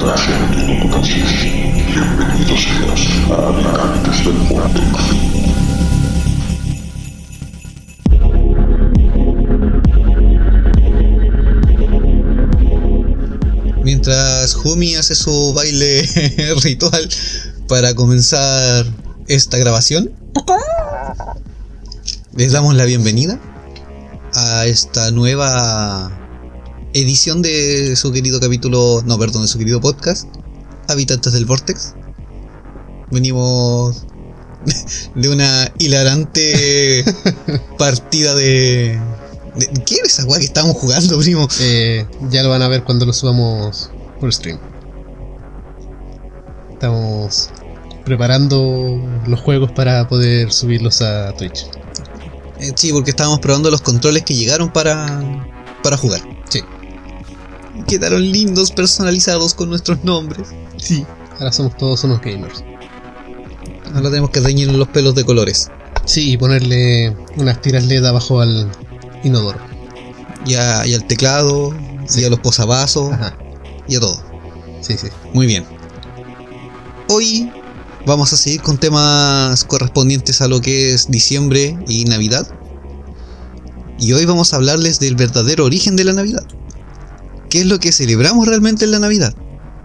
Bienvenidos seas a Habitantes del Vortex. Mientras Humi hace su baile ritual para comenzar esta grabación, les damos la bienvenida a esta nueva edición de su querido de su querido podcast, Habitantes del Vortex. Venimos de una hilarante partida de... ¿Qué era esa weá que estábamos jugando, primo? Ya lo van a ver cuando lo subamos por stream. Estamos preparando los juegos para poder subirlos a Twitch. Sí, porque estábamos probando los controles que llegaron para jugar. Sí. Quedaron lindos, personalizados con nuestros nombres. Sí. Ahora somos todos unos gamers. Ahora tenemos que teñir los pelos de colores. Sí, y ponerle unas tiras LED abajo al inodoro. Y al teclado, sí. Y a los posavasos. Ajá. Y a todo. Sí, sí. Muy bien. Hoy vamos a seguir con temas correspondientes a lo que es diciembre y Navidad. Y hoy vamos a hablarles del verdadero origen de la Navidad. ¿Qué es lo que celebramos realmente en la Navidad?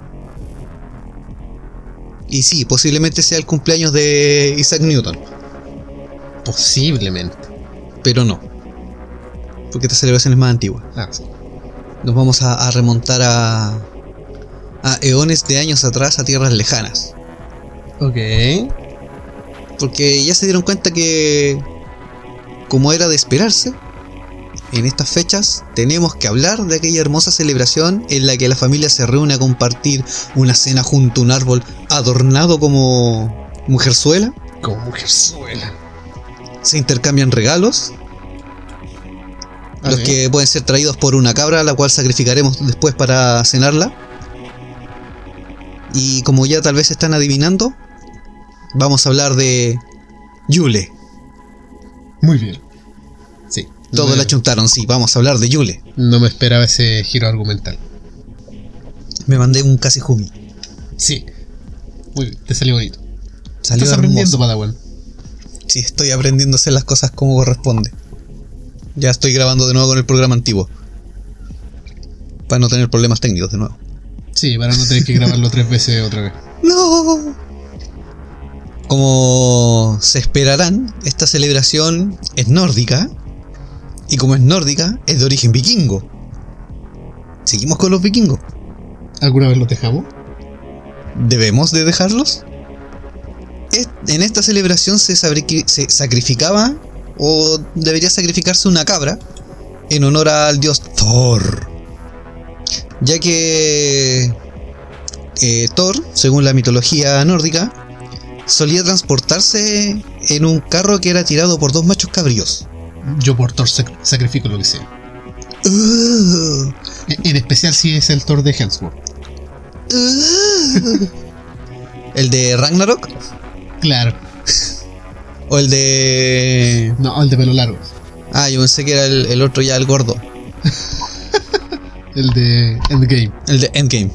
Y sí, posiblemente sea el cumpleaños de Isaac Newton. Posiblemente. Pero no. Porque esta celebración es más antigua. Sí. Nos vamos a remontar a eones de años atrás, a tierras lejanas. Ok. Porque ya se dieron cuenta que, como era de esperarse, en estas fechas tenemos que hablar de aquella hermosa celebración en la que la familia se reúne a compartir una cena junto a un árbol adornado como mujerzuela. Como mujerzuela. Se intercambian regalos. Los que pueden ser traídos por una cabra, la cual sacrificaremos después para cenarla. Y como ya tal vez están adivinando, vamos a hablar de Yule. Muy bien. Sí. Todos la chuntaron, sí, vamos a hablar de Yule. No me esperaba ese giro argumental. Me mandé un casi Humi. Sí. Muy bien, te salió bonito. Salió Estás aprendiendo, Padawan. Sí, estoy aprendiendo a hacer las cosas como corresponde. Ya estoy grabando de nuevo con el programa antiguo. Para no tener problemas técnicos de nuevo. Sí, para no tener que grabarlo 3 veces otra vez. ¡No! Como se esperarán, esta celebración es nórdica. Y como es nórdica, es de origen vikingo. ¿Seguimos con los vikingos? ¿Alguna vez los dejamos? ¿Debemos de dejarlos? En esta celebración se sacrificaba, o debería sacrificarse una cabra, en honor al dios Thor. Ya que Thor, según la mitología nórdica, solía transportarse en un carro que era tirado por 2 machos cabríos. Yo por Thor sacrifico lo que sea. En especial si es el Thor de Hemsworth. ¿El de Ragnarok? Claro. ¿O el de...? No, el de pelo largo. Yo pensé que era el otro ya, el gordo. El de Endgame. El de Endgame.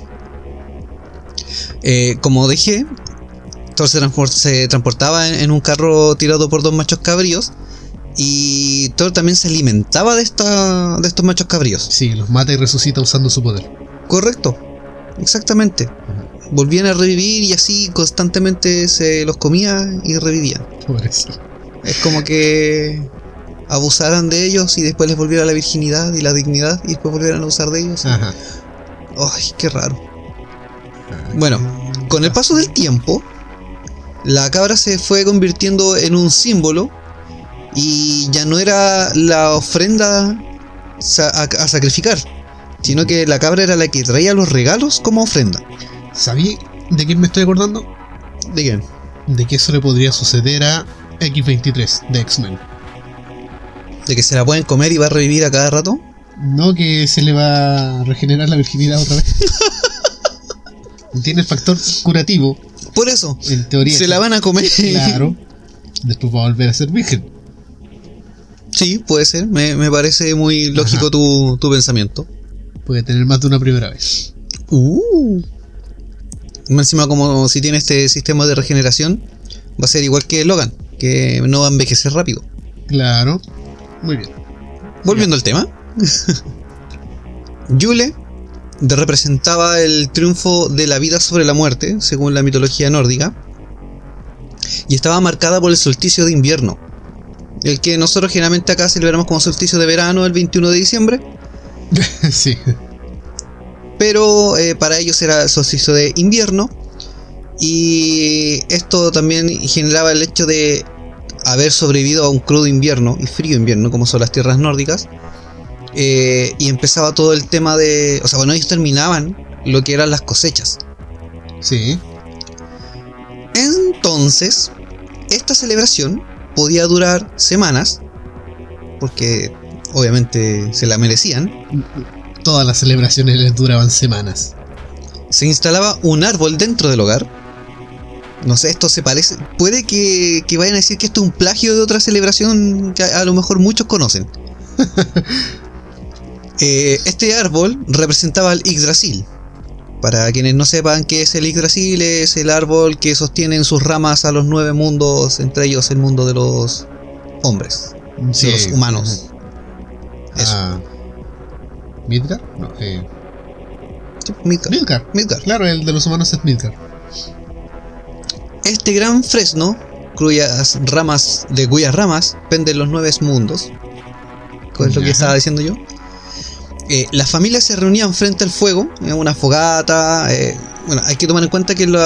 Como dije, Thor se transportaba en un carro tirado por 2 machos cabríos. Y Thor también se alimentaba de estos machos cabríos. Sí, los mata y resucita usando su poder. Correcto, exactamente. Volvían a revivir y así constantemente se los comía y revivían. Pobrecito. Es como que abusaran de ellos y después les volviera la virginidad y la dignidad y después volvieran a abusar de ellos. Ajá. Ay, qué raro. Bueno, con el paso del tiempo, la cabra se fue convirtiendo en un símbolo y ya no era la ofrenda a sacrificar, sino que la cabra era la que traía los regalos como ofrenda. ¿Sabí de quién me estoy acordando? ¿De quién? De que eso le podría suceder a X-23 de X-Men. ¿De que se la pueden comer y va a revivir a cada rato? No, que se le va a regenerar la virginidad otra vez. Tiene el factor curativo. Por eso, en teoría se la van a comer. Claro. Después va a volver a ser virgen. Sí, puede ser. Me parece muy lógico tu pensamiento. Puede tener más de una primera vez. Más encima, como si tiene este sistema de regeneración, va a ser igual que Logan, que no va a envejecer rápido. Claro. Muy bien. Volviendo al tema. Yule representaba el triunfo de la vida sobre la muerte, según la mitología nórdica, y estaba marcada por el solsticio de invierno, el que nosotros generalmente acá celebramos como solsticio de verano el 21 de diciembre. Sí. Pero para ellos era el solsticio de invierno, y esto también generaba el hecho de haber sobrevivido a un crudo invierno y frío invierno, como son las tierras nórdicas. Y empezaba todo el tema de... O sea, bueno, ellos terminaban lo que eran las cosechas. Sí. Entonces, esta celebración podía durar semanas, porque obviamente se la merecían. Todas las celebraciones les duraban semanas. Se instalaba un árbol dentro del hogar. No sé, esto se parece... Puede que vayan a decir que esto es un plagio de otra celebración que a lo mejor muchos conocen. Este árbol representaba al Yggdrasil. Para quienes no sepan qué es el Yggdrasil, es el árbol que sostiene en sus ramas a los 9 mundos, entre ellos el mundo de los hombres, Sí. de los humanos. Eso. ¿Midgard? No, Sí, Midgard. Midgard. Claro, el de los humanos es Midgard. Este gran fresno, cuyas ramas penden los 9 mundos, que es lo que estaba diciendo yo. Las familias se reunían frente al fuego, en una fogata. Bueno, hay que tomar en cuenta que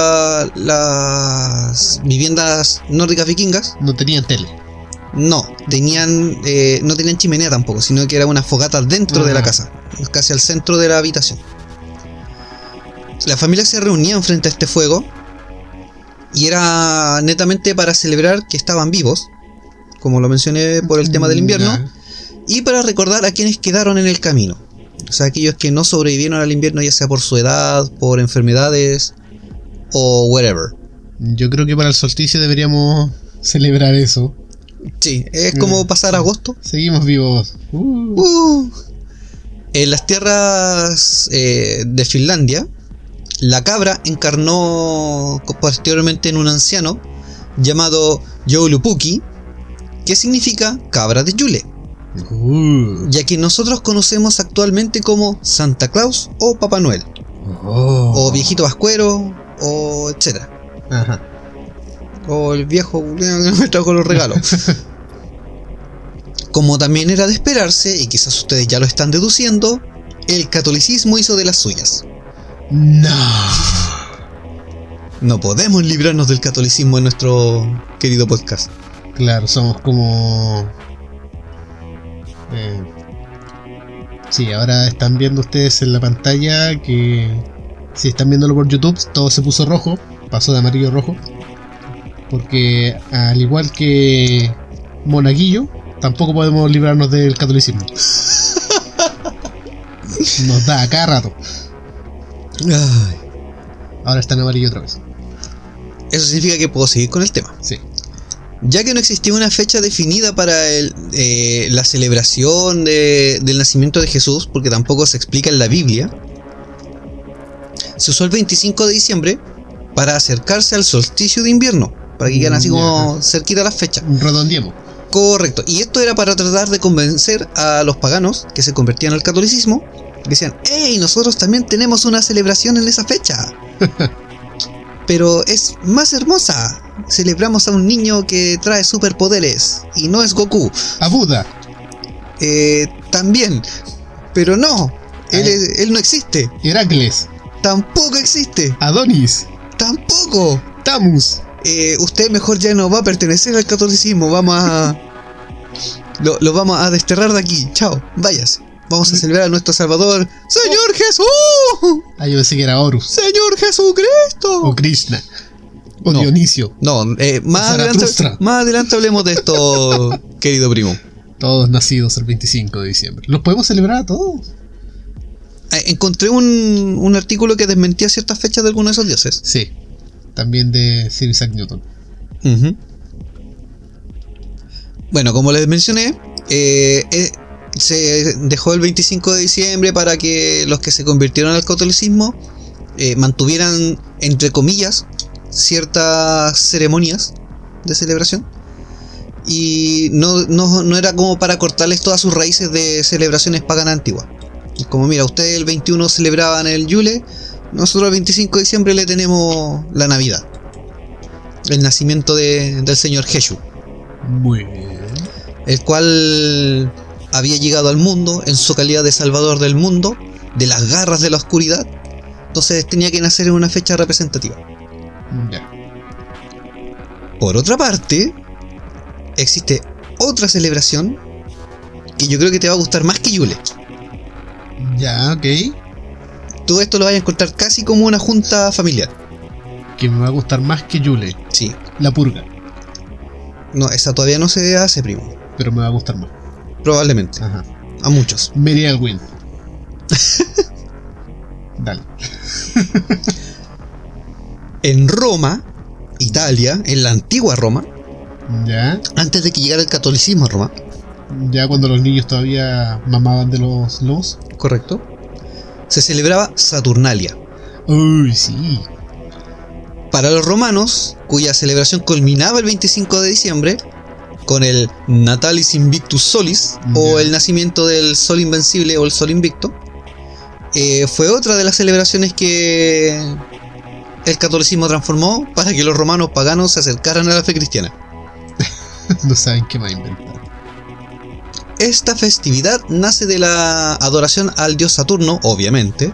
las viviendas nórdicas vikingas No tenían tele. no tenían chimenea tampoco, sino que era una fogata dentro de la casa, casi al centro de la habitación. Las familias se reunían frente a este fuego y era netamente para celebrar que estaban vivos, como lo mencioné por el tema del invierno, y para recordar a quienes quedaron en el camino. O sea, aquellos que no sobrevivieron al invierno, ya sea por su edad, por enfermedades o whatever. Yo creo que para el solsticio deberíamos celebrar eso. Sí, es como pasar agosto. Seguimos vivos. En las tierras de Finlandia, la cabra encarnó posteriormente en un anciano llamado Joulupuki, que significa cabra de Yule, ya que nosotros conocemos actualmente como Santa Claus o Papá Noel, o Viejito Pascuero, o etcétera. Ajá. O el viejo que me trajo los regalos. Como también era de esperarse, y quizás ustedes ya lo están deduciendo, el catolicismo hizo de las suyas. No podemos librarnos del catolicismo en nuestro querido podcast. Claro, somos como... Sí, ahora están viendo ustedes en la pantalla que... Si están viéndolo por YouTube, todo se puso rojo. Pasó de amarillo a rojo. Porque al igual que Monaguillo, tampoco podemos librarnos del catolicismo. Nos da a cada rato. Ay. Ahora está en amarillo otra vez. Eso significa que puedo seguir con el tema. Sí. Ya que no existía una fecha definida para la celebración del nacimiento de Jesús, porque tampoco se explica en la Biblia, se usó el 25 de diciembre para acercarse al solsticio de invierno, para que quieran así como cerquita las fechas. Redondeemos. Correcto. Y esto era para tratar de convencer a los paganos que se convertían al catolicismo. Decían, ¡hey! Nosotros también tenemos una celebración en esa fecha. Pero es más hermosa. Celebramos a un niño que trae superpoderes y no es Goku. A Buda. También. Pero no. Él no existe. Heracles. Tampoco existe. Adonis. Tampoco. Tamus. Usted mejor ya no va a pertenecer al catolicismo. Vamos a... Lo vamos a desterrar de aquí. Chao. Váyase. Vamos a celebrar a nuestro Salvador, ¡Señor Jesús! Ah, yo pensé que era Horus. ¡Señor Jesucristo! O Krishna. O No. Dionisio. No, más adelante hablemos de esto, querido primo. Todos nacidos el 25 de diciembre. ¿Los podemos celebrar a todos? Encontré un artículo que desmentía ciertas fechas de algunos de esos dioses. Sí. También de Sir Isaac Newton. Uh-huh. Bueno, como les mencioné, se dejó el 25 de diciembre para que los que se convirtieron al catolicismo mantuvieran, entre comillas, ciertas ceremonias de celebración. Y no era como para cortarles todas sus raíces de celebraciones paganas antiguas. Como mira, ustedes el 21 celebraban el Yule, nosotros el 25 de diciembre le tenemos la Navidad, el nacimiento del señor Jeshu. Muy bien. El cual había llegado al mundo en su calidad de salvador del mundo, de las garras de la oscuridad. Entonces tenía que nacer en una fecha representativa. Ya. Por otra parte, existe otra celebración que yo creo que te va a gustar más que Yule. Ya, ok. Todo esto lo vas a encontrar casi como una junta familiar. Que me va a gustar más que Yule. Sí. La purga. No, esa todavía no se hace, primo. Pero me va a gustar más. Probablemente. Ajá. A muchos. Merry Halloween. Dale. En Roma, Italia, en la antigua Roma, Ya. antes de que llegara el catolicismo a Roma, Ya cuando los niños todavía mamaban de los lobos. correcto, se celebraba Saturnalia. Uy, sí. Para los romanos, cuya celebración culminaba el 25 de diciembre, con el Natalis Invictus Solis, o Ya. el nacimiento del Sol Invencible o el Sol Invicto, fue otra de las celebraciones que el catolicismo transformó para que los romanos paganos se acercaran a la fe cristiana. No saben qué más inventar. Esta festividad nace de la adoración al dios Saturno, obviamente.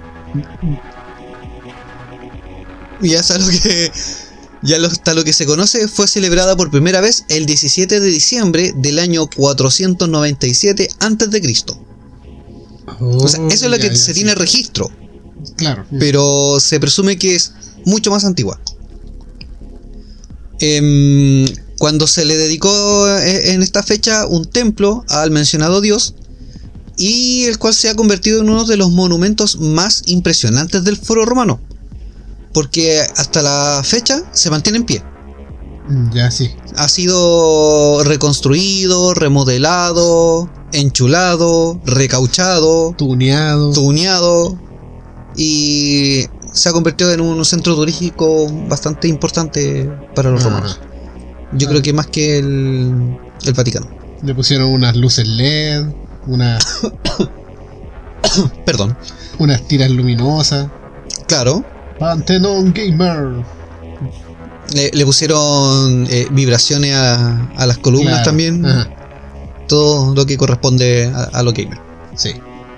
Y hasta lo que se conoce, fue celebrada por primera vez el 17 de diciembre del año 497 a.C. O sea, eso es lo que se tiene registro, Claro. pero se presume que es mucho más antigua. Cuando se le dedicó en esta fecha un templo al mencionado dios, y el cual se ha convertido en uno de los monumentos más impresionantes del Foro Romano, porque hasta la fecha se mantiene en pie. Ya, sí. Ha sido reconstruido, remodelado, enchulado, recauchado, tuneado, y se ha convertido en un centro turístico bastante importante para los romanos. Yo creo que más que el Vaticano. Le pusieron unas luces LED, Perdón. unas tiras luminosas. Claro. Pantheon Gamer. Le pusieron vibraciones a las columnas, Claro. también. Ajá. Todo lo que corresponde a lo gamer. Sí.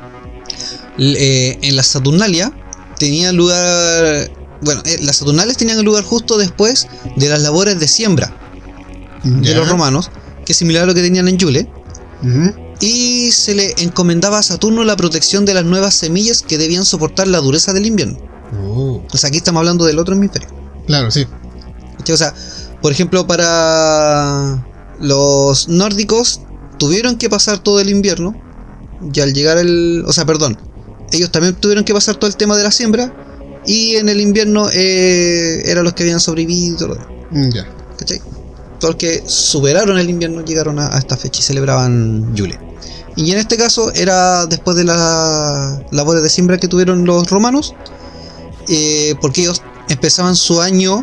En la Saturnalia tenían lugar. Bueno, las Saturnalias tenían lugar justo después de las labores de siembra de Ya. los romanos, que es similar a lo que tenían en Yule. Ujú. Y se le encomendaba a Saturno la protección de las nuevas semillas que debían soportar la dureza del invierno. Oh. O sea, aquí estamos hablando del otro hemisferio. Claro, sí. ¿Cachai? O sea, por ejemplo, para los nórdicos tuvieron que pasar todo el invierno, y al llegar ellos también tuvieron que pasar todo el tema de la siembra, y en el invierno eran los que habían sobrevivido y todo lo demás. Ya. ¿Cachai? Todos los que superaron el invierno llegaron a esta fecha y celebraban Yule. Y en este caso era después de las labores de siembra que tuvieron los romanos, porque ellos empezaban su año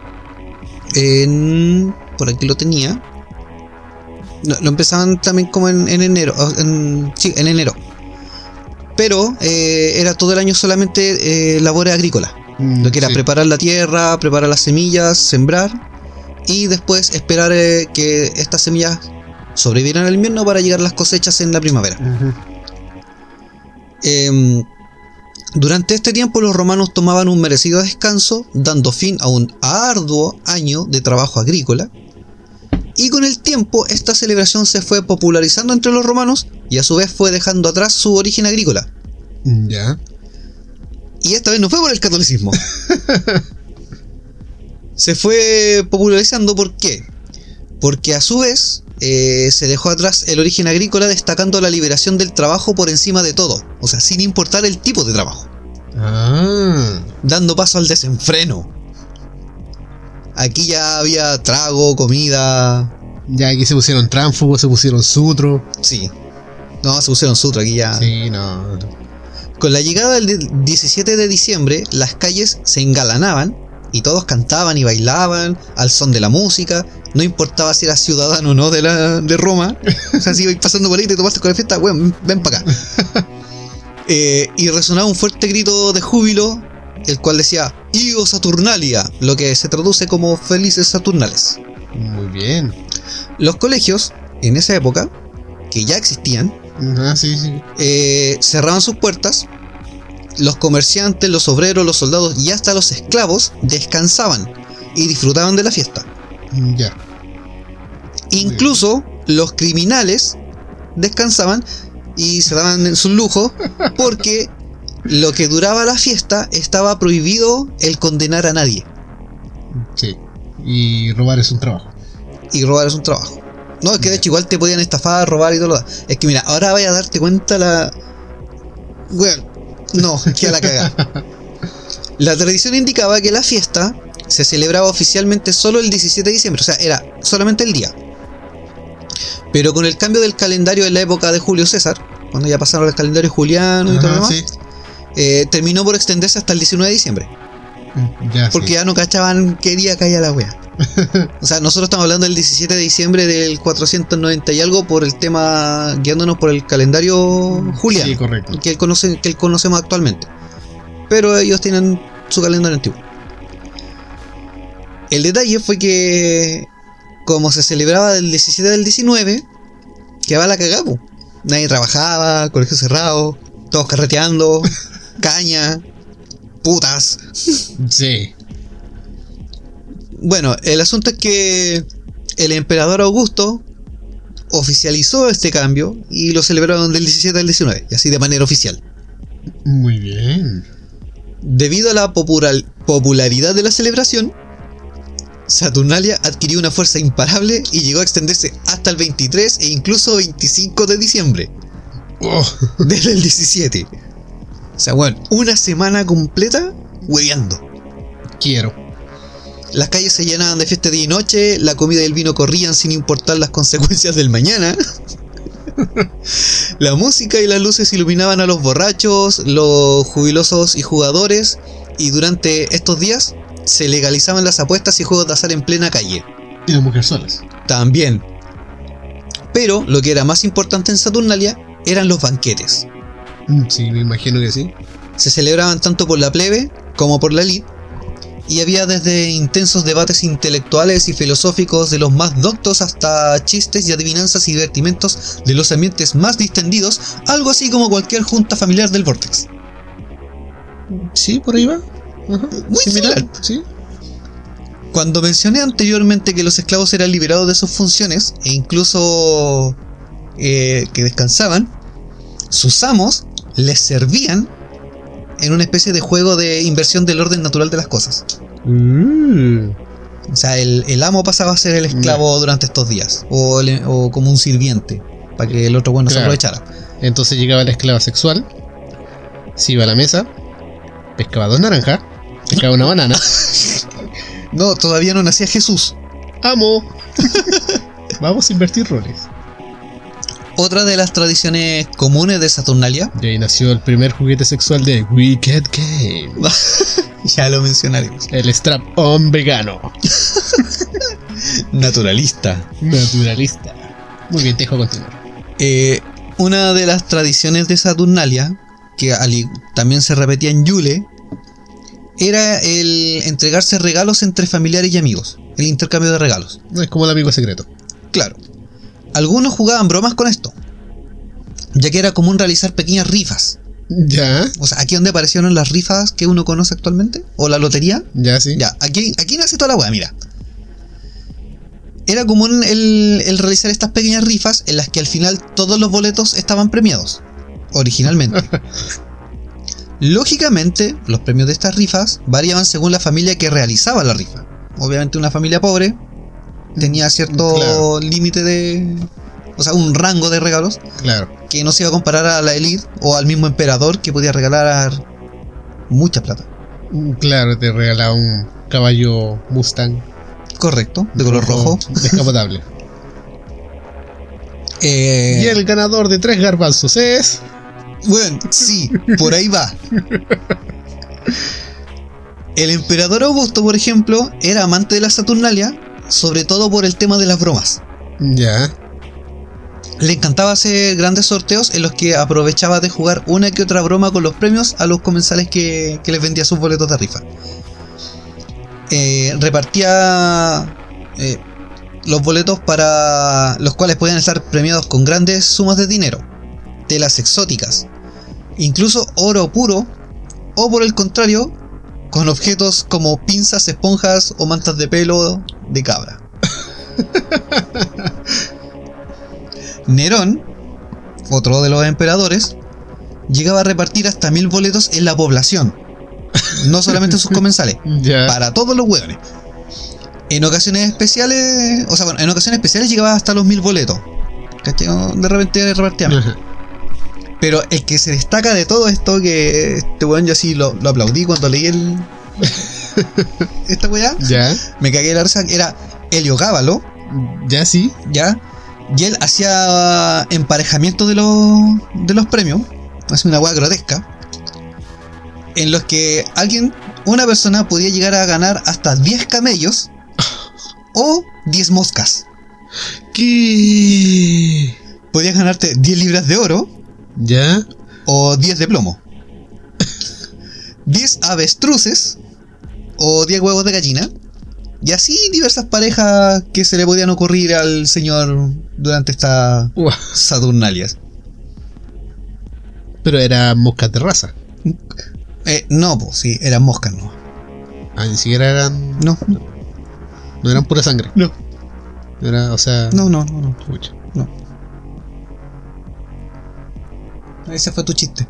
por aquí lo tenía. No, lo empezaban también como en enero. Sí, en enero. Pero era todo el año solamente labores agrícolas. Lo que era Sí. preparar la tierra, preparar las semillas, sembrar, y después esperar que estas semillas sobrevivieran al invierno para llegar las cosechas en la primavera. Ujú. Durante este tiempo los romanos tomaban un merecido descanso, dando fin a un arduo año de trabajo agrícola, y con el tiempo esta celebración se fue popularizando entre los romanos y a su vez fue dejando atrás su origen agrícola. Ya. Y esta vez no fue por el catolicismo. Se fue popularizando, ¿por qué? Porque a su vez se dejó atrás el origen agrícola, destacando la liberación del trabajo por encima de todo. O sea, sin importar el tipo de trabajo. Ah. Dando paso al desenfreno. Aquí ya había trago, comida. Ya aquí se pusieron tránsfugos, se pusieron sutro. Sí. No, se pusieron sutra aquí ya. Sí, no. Con la llegada del 17 de diciembre, las calles se engalanaban y todos cantaban y bailaban al son de la música. No importaba si eras ciudadano o no de Roma. O sea, si ibas pasando por ahí y te tomaste con la fiesta, weón, ven para acá. Y resonaba un fuerte grito de júbilo, el cual decía Io Saturnalia, lo que se traduce como felices Saturnales. Muy bien. Los colegios, en esa época, que ya existían, Sí. cerraban sus puertas. Los comerciantes, los obreros, los soldados y hasta los esclavos descansaban y disfrutaban de la fiesta. Ya. Incluso los criminales descansaban y se daban en sus lujos, porque lo que duraba la fiesta estaba prohibido el condenar a nadie. Sí. Y robar es un trabajo. Y robar es un trabajo. No, es que de hecho igual te podían estafar, robar y todo lo demás. Es que mira, ahora vaya a darte cuenta bueno, no, que a la cagada. La tradición indicaba que la fiesta se celebraba oficialmente solo el 17 de diciembre, o sea, era solamente el día. Pero con el cambio del calendario en la época de Julio César, cuando ya pasaron al calendario juliano y todo lo demás, Sí. Terminó por extenderse hasta el 19 de diciembre. Ya, Porque sí. ya no cachaban qué día caía la wea. O sea, nosotros estamos hablando del 17 de diciembre del 490 y algo por el tema, guiándonos por el calendario juliano. Sí, correcto. Que él conocemos actualmente. Pero ellos tienen su calendario antiguo. El detalle fue que, como se celebraba del 17 al 19, quedaba la cagada, po. Nadie trabajaba, colegio cerrado, todos carreteando, caña, putas. Sí. Bueno, el asunto es que el emperador Augusto oficializó este cambio y lo celebraron del 17 al 19, y así de manera oficial. Muy bien. Debido a la popularidad de la celebración, Saturnalia adquirió una fuerza imparable y llegó a extenderse hasta el 23 e incluso 25 de diciembre. Oh, Desde el 17. O sea, bueno, una semana completa hueveando. quiero. Las calles se llenaban de fiesta día y noche, la comida y el vino corrían sin importar las consecuencias del mañana. La música y las luces iluminaban a los borrachos, los jubilosos y jugadores, y durante estos días se legalizaban las apuestas y juegos de azar en plena calle. Y las mujeres solas. También. Pero lo que era más importante en Saturnalia eran los banquetes. Sí, me imagino que sí. Se celebraban tanto por la plebe como por la élite, y había desde intensos debates intelectuales y filosóficos de los más doctos hasta chistes y adivinanzas y divertimentos de los ambientes más distendidos, algo así como cualquier junta familiar del Vortex. Sí, por ahí va. Ajá. Muy similar. Sí. Cuando mencioné anteriormente que los esclavos eran liberados de sus funciones e incluso que descansaban, sus amos les servían en una especie de juego de inversión del orden natural de las cosas. O sea, el amo pasaba a ser el esclavo durante estos días, o como un sirviente, para que el otro bueno se aprovechara. Entonces llegaba la esclava sexual, se iba a la mesa, pescaba 2 naranjas, pescaba una banana. No, todavía no nacía Jesús. ¡Amo! Vamos a invertir roles. Otra de las tradiciones comunes de Saturnalia, De ahí nació el primer juguete sexual de Wicked Game. ya lo mencionaremos, El strap-on vegano. naturalista. Naturalista. Muy bien, te dejo continuar. Una de las tradiciones de Saturnalia, que también se repetía en Yule, era el entregarse regalos entre familiares y amigos, el intercambio de regalos. No es como el amigo secreto. Claro. Algunos jugaban bromas con esto, ya que era común realizar pequeñas rifas. Ya, O sea, aquí donde aparecieron las rifas que uno conoce actualmente, o la lotería. ya sí. Ya, aquí nace toda la wea, mira. Era común el realizar estas pequeñas rifas en las que al final todos los boletos estaban premiados, originalmente. Lógicamente, los premios de estas rifas variaban según la familia que realizaba la rifa. Obviamente una familia pobre tenía cierto límite de... O sea, un rango de regalos Claro. que no se iba a comparar a la élite o al mismo emperador, que podía regalar mucha plata. Claro, te regalaba un caballo Mustang. Correcto, de color rojo. Descapotable. Y el ganador de 3 garbanzos es... Bueno, sí, por ahí va. El emperador Augusto, por ejemplo, era amante de la Saturnalia, sobre todo por el tema de las bromas. Ya. Le encantaba hacer grandes sorteos en los que aprovechaba de jugar una que otra broma con los premios a los comensales que les vendía sus boletos de rifa. Repartía los boletos para los cuales podían estar premiados con grandes sumas de dinero, telas exóticas, incluso oro puro, o por el contrario, con objetos como pinzas, esponjas o mantas de pelo de cabra. Nerón, otro de los emperadores, llegaba a repartir hasta 1000 boletos en la población, no solamente en sus comensales, Ya. para todos los hueones. En ocasiones especiales, en ocasiones especiales llegaba hasta los 1000 boletos. ¿Cachai? De repente repartían. Ajá. Pero el que se destaca de todo esto, que este weón yo así lo aplaudí cuando leí esta weá, Ya. me cagué de la risa, era Heliogábalo, Ya sí. ¿ya? Y él hacía emparejamiento de los premios, es una weá grotesca, en los que una persona podía llegar a ganar hasta 10 camellos o 10 moscas. ¿Qué? Podías ganarte 10 libras de oro Ya. o 10 de plomo, 10 avestruces o 10 huevos de gallina, y así diversas parejas que se le podían ocurrir al señor durante estas Uah. Saturnalias. Pero era moscas de raza. No, pues sí, eran moscas, no. Ah, ni siquiera eran. No, No eran pura sangre. no, Era, o sea. no. Pucha. Ese fue tu chiste.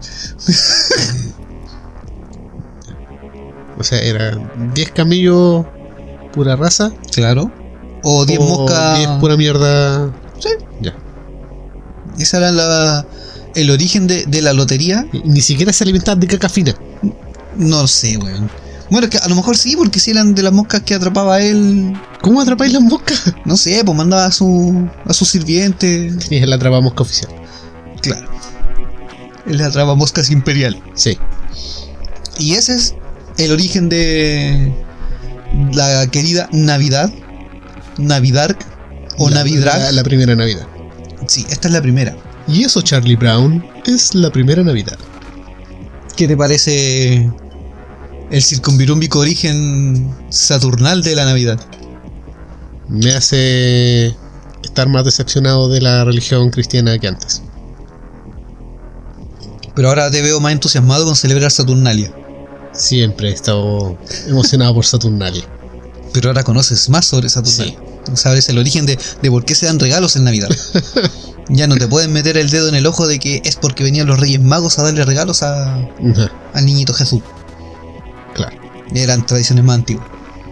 O sea, eran 10 camellos pura raza. Claro. O 10 moscas. 10 pura mierda. Sí. Ya. Ese era el origen de la lotería. Y ni siquiera se alimentaban de caca fina. No sé, weón. Bueno, es que a lo mejor sí, porque si eran de las moscas que atrapaba él. ¿Cómo atrapáis las moscas? No sé, pues mandaba a su sirviente. Tenías el atrapa mosca oficial. Claro. Él le atrapa moscas imperial. Sí. Y ese es el origen de la querida Navidad. Navidark o Navidrag. La primera Navidad. Sí, esta es la primera. Y eso, Charlie Brown, es la primera Navidad. ¿Qué te parece el circunvirúmbico origen saturnal de la Navidad? Me hace estar más decepcionado de la religión cristiana que antes. Pero ahora te veo más entusiasmado con celebrar Saturnalia. Siempre he estado emocionado por Saturnalia. Pero ahora conoces más sobre Saturnalia. Sabes el origen de por qué se dan regalos en Navidad. Ya no te pueden meter el dedo en el ojo de que es porque venían los Reyes Magos a darle regalos Ajá, al niñito Jesús. claro. Eran tradiciones más antiguas.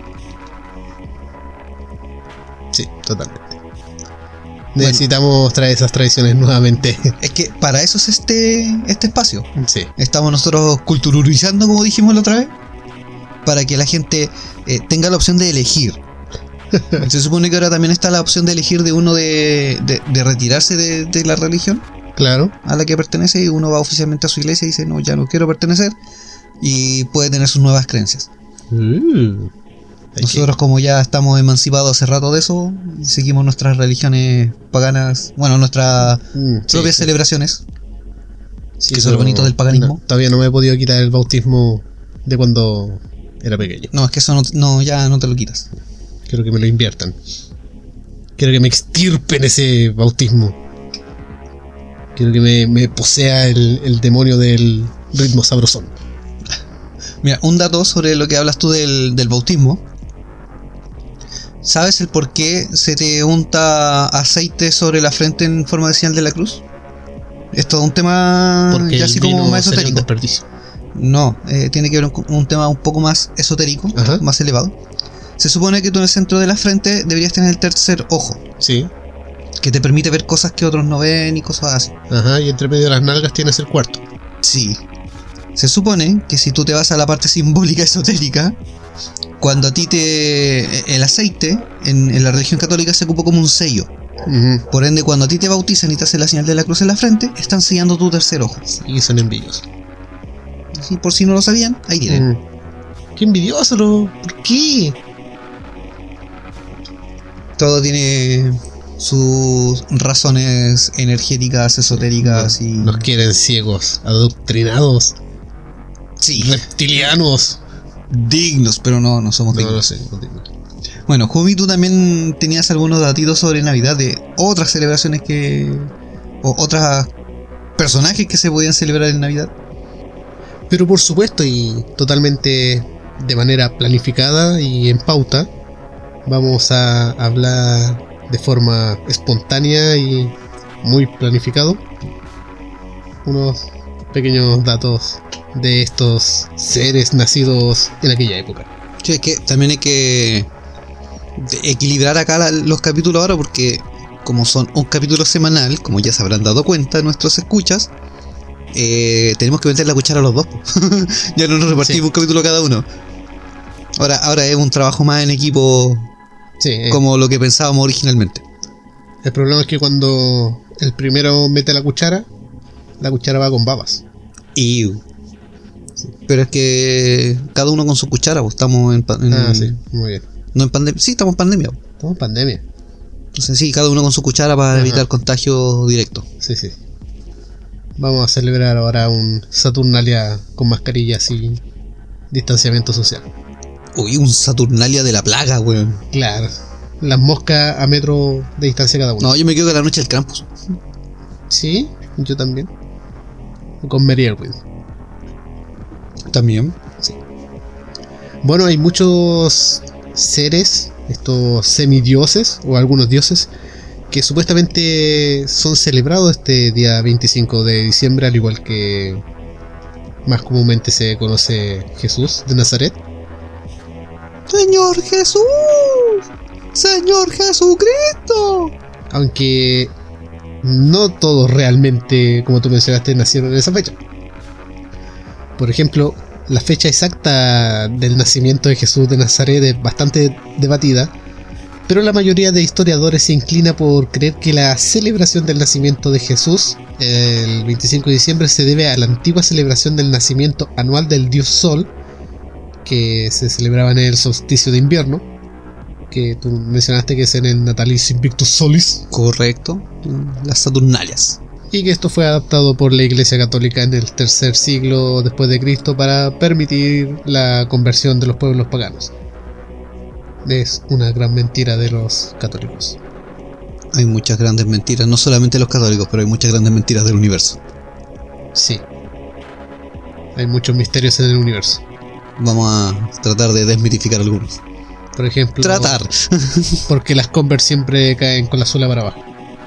Sí, totalmente. Necesitamos traer esas tradiciones nuevamente. Es que para eso es este espacio. Sí. Estamos nosotros culturalizando, como dijimos la otra vez, para que la gente tenga la opción de elegir. Se supone que ahora también está la opción de elegir de uno de retirarse de la religión Claro. a la que pertenece, y uno va oficialmente a su iglesia y dice, no, ya no quiero pertenecer, y puede tener sus nuevas creencias. Nosotros, como ya estamos emancipados hace rato de eso, seguimos nuestras religiones paganas, bueno, nuestras propias celebraciones, Sí, que eso es lo bonito del paganismo. No, todavía no me he podido quitar el bautismo de cuando era pequeño. No, es que eso no, ya no te lo quitas. Quiero que me lo inviertan. Quiero que me extirpen ese bautismo. Quiero que me posea el demonio del ritmo sabrosón. Mira, un dato sobre lo que hablas tú del bautismo. ¿Sabes el por qué se te unta aceite sobre la frente en forma de señal de la cruz? Es todo un tema Porque ya el así como vino más sería un esotérico. desperdicio. No, tiene que ver con un tema un poco más esotérico, Ajá. más elevado. Se supone que tú en el centro de la frente deberías tener el tercer ojo, Sí. que te permite ver cosas que otros no ven y cosas así. Ajá, y entre medio de las nalgas tienes el cuarto. Sí. Se supone que si tú te vas a la parte simbólica esotérica, cuando a ti el aceite en la religión católica se ocupa como un sello. Ujú. Por ende, cuando a ti te bautizan y te hacen la señal de la cruz en la frente, están sellando tu tercer ojo. Y son envidiosos. Y por si no lo sabían, ahí tienen. Qué envidioso, ¿no? ¿Por qué? Todo tiene sus razones energéticas, esotéricas y... Nos quieren ciegos, adoctrinados, Sí, reptilianos. dignos, pero no somos No, dignos. no sé, no digo. Bueno, Jumi, tú también tenías algunos datitos sobre Navidad de otras celebraciones o otros personajes que se podían celebrar en Navidad. Pero por supuesto, y totalmente de manera planificada y en pauta, vamos a hablar de forma espontánea y muy planificado unos pequeños datos de estos seres nacidos en aquella época. Sí, es que también hay que equilibrar acá los capítulos ahora porque como son un capítulo semanal, como ya se habrán dado cuenta nuestros escuchas, tenemos que meter la cuchara a los dos. Ya no nos repartimos un capítulo cada uno. Ahora es un trabajo más en equipo Sí, como lo que pensábamos originalmente. el problema es que cuando el primero mete la cuchara va con babas. Pero es que cada uno con su cuchara, pues, estamos Sí, muy bien. no en pandemia. Sí, estamos en pandemia. Estamos en pandemia. Entonces sí, cada uno con su cuchara para Ajá. evitar contagio directo. Sí, sí. Vamos a celebrar ahora un Saturnalia con mascarillas y distanciamiento social. Uy, un Saturnalia de la plaga, weón. Claro. Las moscas a metro de distancia cada uno. No, yo me quedo con la noche del Krampus. Sí, yo también. Con Mary Elwin. También. Bueno, hay muchos seres, estos semidioses o algunos dioses, que supuestamente son celebrados este día 25 de diciembre, al igual que más comúnmente se conoce Jesús de Nazaret. ¡Señor Jesús! ¡Señor Jesucristo! Aunque no todos realmente, como tú mencionaste, nacieron en esa fecha. Por ejemplo, la fecha exacta del nacimiento de Jesús de Nazaret es bastante debatida, pero la mayoría de historiadores se inclina por creer que la celebración del nacimiento de Jesús, el 25 de diciembre, se debe a la antigua celebración del nacimiento anual del dios Sol, que se celebraba en el solsticio de invierno, que tú mencionaste que es en el Natalis Invictus Solis, Correcto. Las Saturnalias. y que esto fue adaptado por la Iglesia Católica en el tercer siglo después de Cristo para permitir la conversión de los pueblos paganos. Es una gran mentira de los católicos. Hay muchas grandes mentiras, no solamente los católicos, pero hay muchas grandes mentiras del universo. Sí. Hay muchos misterios en el universo. Vamos a tratar de desmitificar algunos. Por ejemplo, Tratar. porque las Converse siempre caen con la suela para abajo.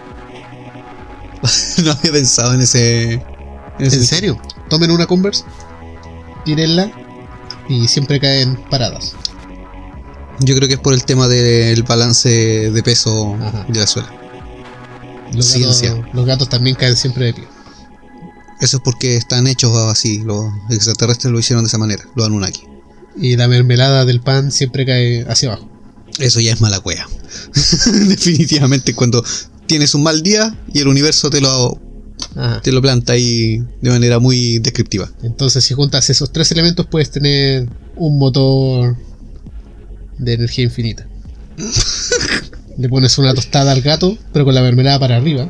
No había pensado en ese... ¿En serio? Tomen una Converse, tírenla y siempre caen paradas. Yo creo que es por el tema del balance de peso Ajá. de la suela. Los gatos también caen siempre de pie. Eso es porque están hechos así. Los extraterrestres lo hicieron de esa manera, los Anunnaki. Y la mermelada del pan siempre cae hacia abajo. Eso ya es mala cueva. Definitivamente cuando tienes un mal día y el universo te lo planta ahí de manera muy descriptiva. Entonces, si juntas esos tres elementos, puedes tener un motor de energía infinita. Le pones una tostada al gato, pero con la mermelada para arriba.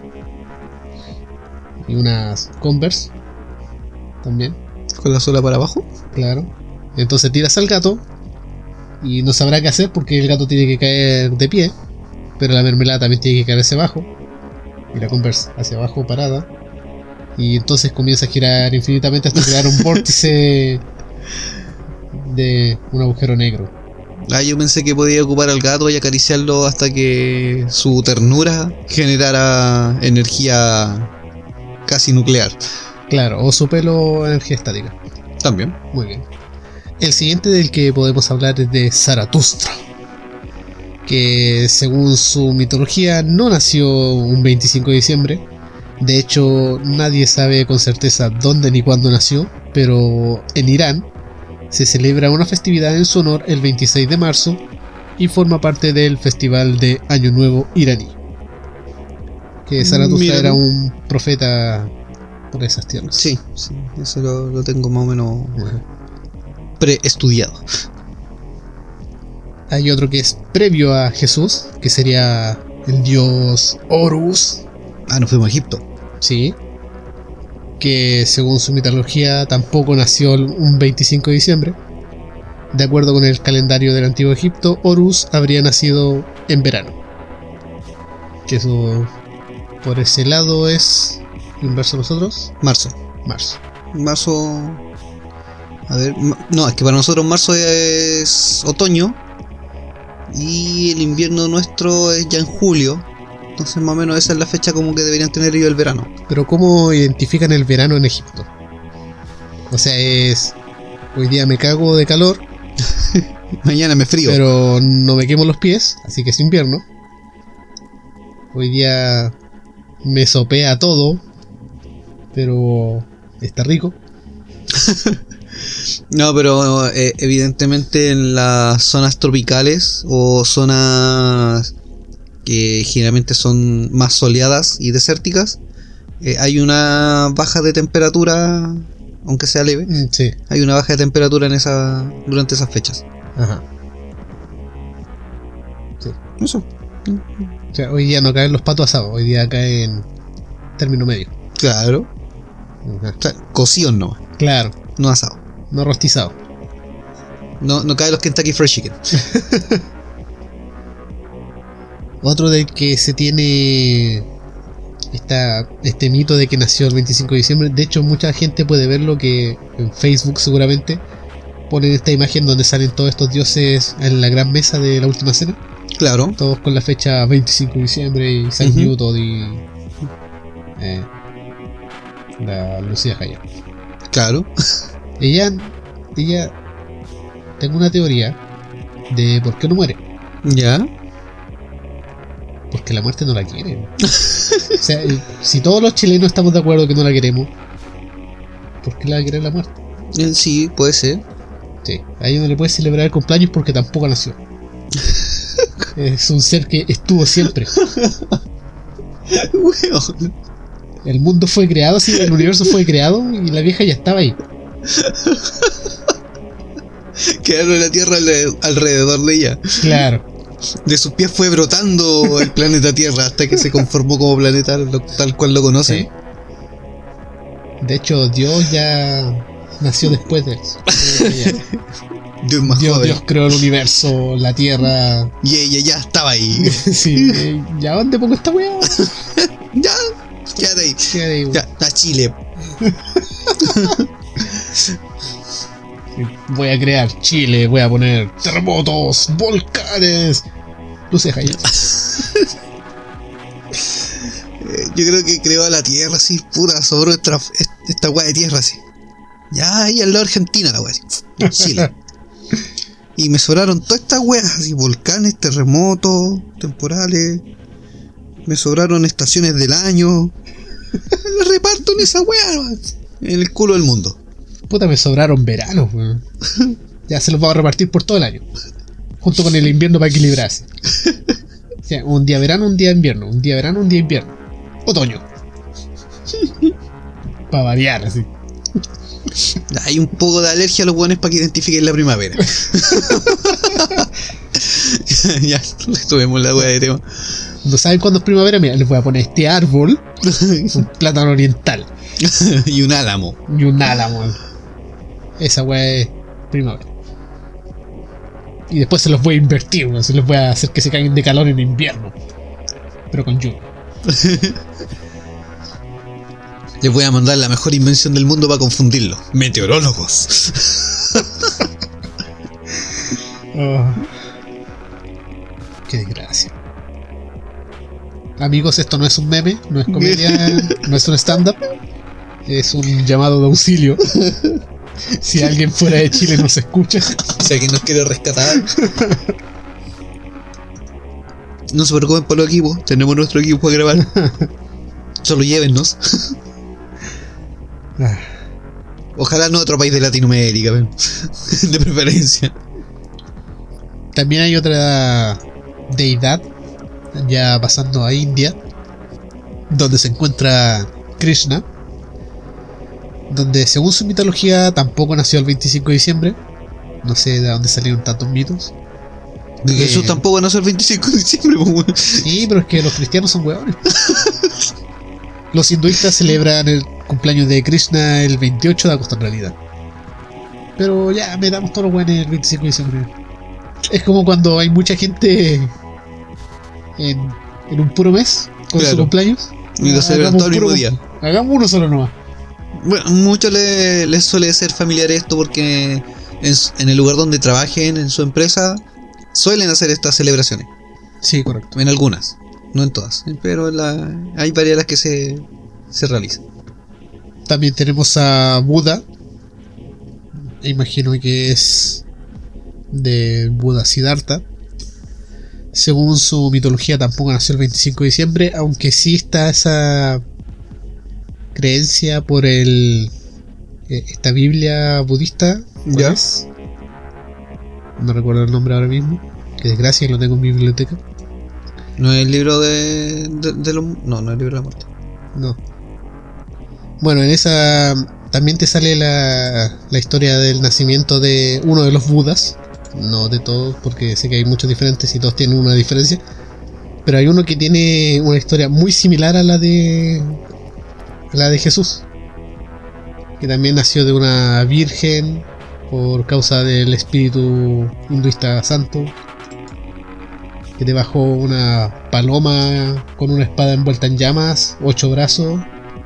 Y unas Converse también, Con la suela para abajo. claro. Entonces tiras al gato y no sabrá qué hacer porque el gato tiene que caer de pie, pero la mermelada también tiene que caer hacia abajo y la Converse hacia abajo parada. Y entonces comienza a girar infinitamente hasta crear un vórtice de un agujero negro. Yo pensé que podía ocupar al gato y acariciarlo hasta que su ternura generara energía casi nuclear. Claro, o su pelo energía estática. También. Muy bien. El siguiente del que podemos hablar es de Zaratustra, que según su mitología no nació un 25 de diciembre. De hecho, nadie sabe con certeza dónde ni cuándo nació, pero en Irán se celebra una festividad en su honor el 26 de marzo y forma parte del festival de Año Nuevo iraní. Que Zaratustra Mira, era ¿no? un profeta por esas tierras. Sí, eso lo tengo más o menos Ajá. preestudiado. Hay otro que es previo a Jesús, que sería el dios Horus, Ah, nos fuimos a Egipto. ¿sí? Que según su mitología tampoco nació un 25 de diciembre. De acuerdo con el calendario del antiguo Egipto, Horus habría nacido en verano. Que eso, por ese lado, es inverso a nosotros, Marzo. marzo. A ver, no, es que para nosotros marzo es otoño y el invierno nuestro es ya en julio. Entonces más o menos esa es la fecha como que deberían tener ellos el verano. Pero ¿cómo identifican el verano en Egipto? O sea, es... Hoy día me cago de calor, Mañana me frío. pero no me quemo los pies, así que es invierno. Hoy día me sopea todo, pero está rico. No, pero evidentemente en las zonas tropicales o zonas que generalmente son más soleadas y desérticas, hay una baja de temperatura, aunque sea leve. Sí, Hay una baja de temperatura durante esas fechas. ajá. Eso. O sea, hoy día no caen los patos asados, hoy día caen término medio. Claro. Ajá. O sea, cocidos no, Claro, no asado. no rostizado. No caen los Kentucky Fried Chicken. Otro del que se tiene este mito de que nació el 25 de diciembre. De hecho, mucha gente puede verlo, que en Facebook seguramente ponen esta imagen donde salen todos estos dioses en la gran mesa de la última cena. Claro. Todos con la fecha 25 de diciembre y San Ujú. Newton y la Lucía Jaya. Claro. Ella, tengo una teoría de por qué no muere. Ya. Porque la muerte no la quiere. O sea, si todos los chilenos estamos de acuerdo que no la queremos, ¿por qué la va a querer la muerte? Sí, puede ser. Sí, a ella no le puede celebrar el cumpleaños porque tampoco nació. Es un ser que estuvo siempre. Weón. El mundo fue creado, sí, el universo fue creado y la vieja ya estaba ahí. Quedaron en la Tierra alrededor de ella. Claro. De sus pies fue brotando el planeta Tierra hasta que se conformó como planeta tal cual lo conocen. Sí. De hecho, Dios ya nació después de eso. Dios más Dios joven. creó el universo, la Tierra. Y ella ya estaba ahí. Sí, ¿ya dónde pongo esta weá? Ya, quédate ahí. Queda ahí, Ya, a Chile. voy a crear Chile, voy a poner terremotos, volcanes. Luces ahí. Yo creo que creó a la Tierra así, pura, sobró esta weá de tierra así. Ya, ahí al lado de Argentina la weá así. En Chile. Y me sobraron todas estas weas, así, volcanes, terremotos, temporales. Me sobraron estaciones del año. Le reparto en esa wea, man, en el culo del mundo. Puta, me sobraron veranos, weón. Ya se los vamos a repartir por todo el año. Junto con el invierno para equilibrarse. O sea, un día verano, un día invierno. Un día verano, un día invierno. Otoño. Para variar, así. Hay un poco de alergia a los weones para que identifiquen la primavera. Ya, retomemos la wea de tema. ¿No saben cuándo es primavera? Mira, les voy a poner este árbol, un plátano oriental Y un álamo. y un álamo. Esa weá es primavera. Y después se los voy a invertir, weón. Se los voy a hacer que se caigan de calor en invierno. Pero con lluvia. Les voy a mandar la mejor invención del mundo para confundirlo. Meteorólogos. Oh. Qué desgracia. Amigos, esto no es un meme, no es comedia, no es un stand-up. Es un llamado de auxilio. Si alguien fuera de Chile nos escucha. Si alguien nos quiere rescatar. No se preocupen por los equipos. Tenemos nuestro equipo para grabar. Solo llévennos. Ojalá no a otro país de Latinoamérica, ven. De preferencia. También hay otra deidad, ya pasando a India, donde se encuentra Krishna, donde según su mitología tampoco nació el 25 de diciembre. No sé de dónde salieron tantos mitos. Jesús tampoco nació el 25 de diciembre, pues, weón. Sí, pero es que los cristianos son huevones. Los hinduistas celebran el cumpleaños de Krishna el 28 de agosto en realidad. Pero ya, metamos todos los hueones el 25 de diciembre. Es como cuando hay mucha gente en un puro mes con su cumpleaños. Y lo celebran todo el mismo día. Hagamos uno solo nomás. Bueno, muchos les suele ser familiar esto porque en el lugar donde trabajen, en su empresa, suelen hacer estas celebraciones. Sí, correcto. En algunas, no en todas, pero hay varias las que se realizan. También tenemos a Buda. Imagino que es de Buda Siddhartha. Según su mitología tampoco nació el 25 de diciembre, aunque sí está esa creencia por esta Biblia budista. ¿Ya? Es? No recuerdo el nombre ahora mismo. Que desgracia, lo tengo en mi biblioteca. ¿No es el libro de los... No es el libro de la muerte. No. Bueno, en esa también te sale la historia del nacimiento de uno de los Budas. No de todos, porque sé que hay muchos diferentes y todos tienen una diferencia. Pero hay uno que tiene una historia muy similar a la de Jesús. Que también nació de una virgen por causa del espíritu hinduista santo. Que te bajó una paloma con una espada envuelta en llamas, 8 brazos,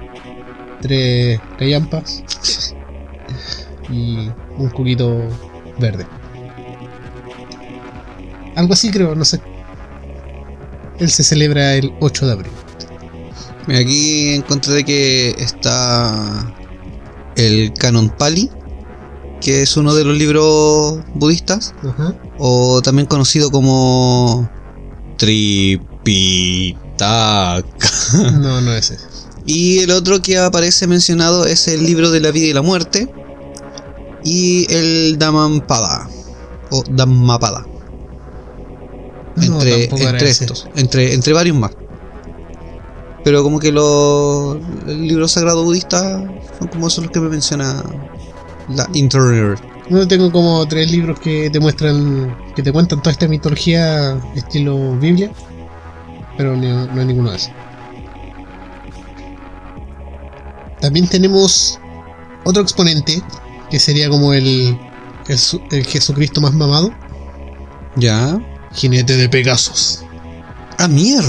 3 callampas y un cuquito verde. Algo así creo, no sé. Él se celebra el 8 de abril. Aquí encontré que está el Canon Pali, que es uno de los libros budistas. Ajá. O también conocido como Tripitaka. No es ese. Y el otro que aparece mencionado es el libro de la vida y la muerte y el Dhammapada o Dhammapada. Entre estos, entre varios más. Pero como que el libro sagrado budista son como esos los que me menciona la internet. No, tengo como 3 libros que te muestran, que te cuentan toda esta mitología estilo Biblia, pero no hay ninguno de esos. También tenemos otro exponente que sería como el Jesucristo más mamado. Ya. Jinete de Pegasos. ¡Ah, mierda!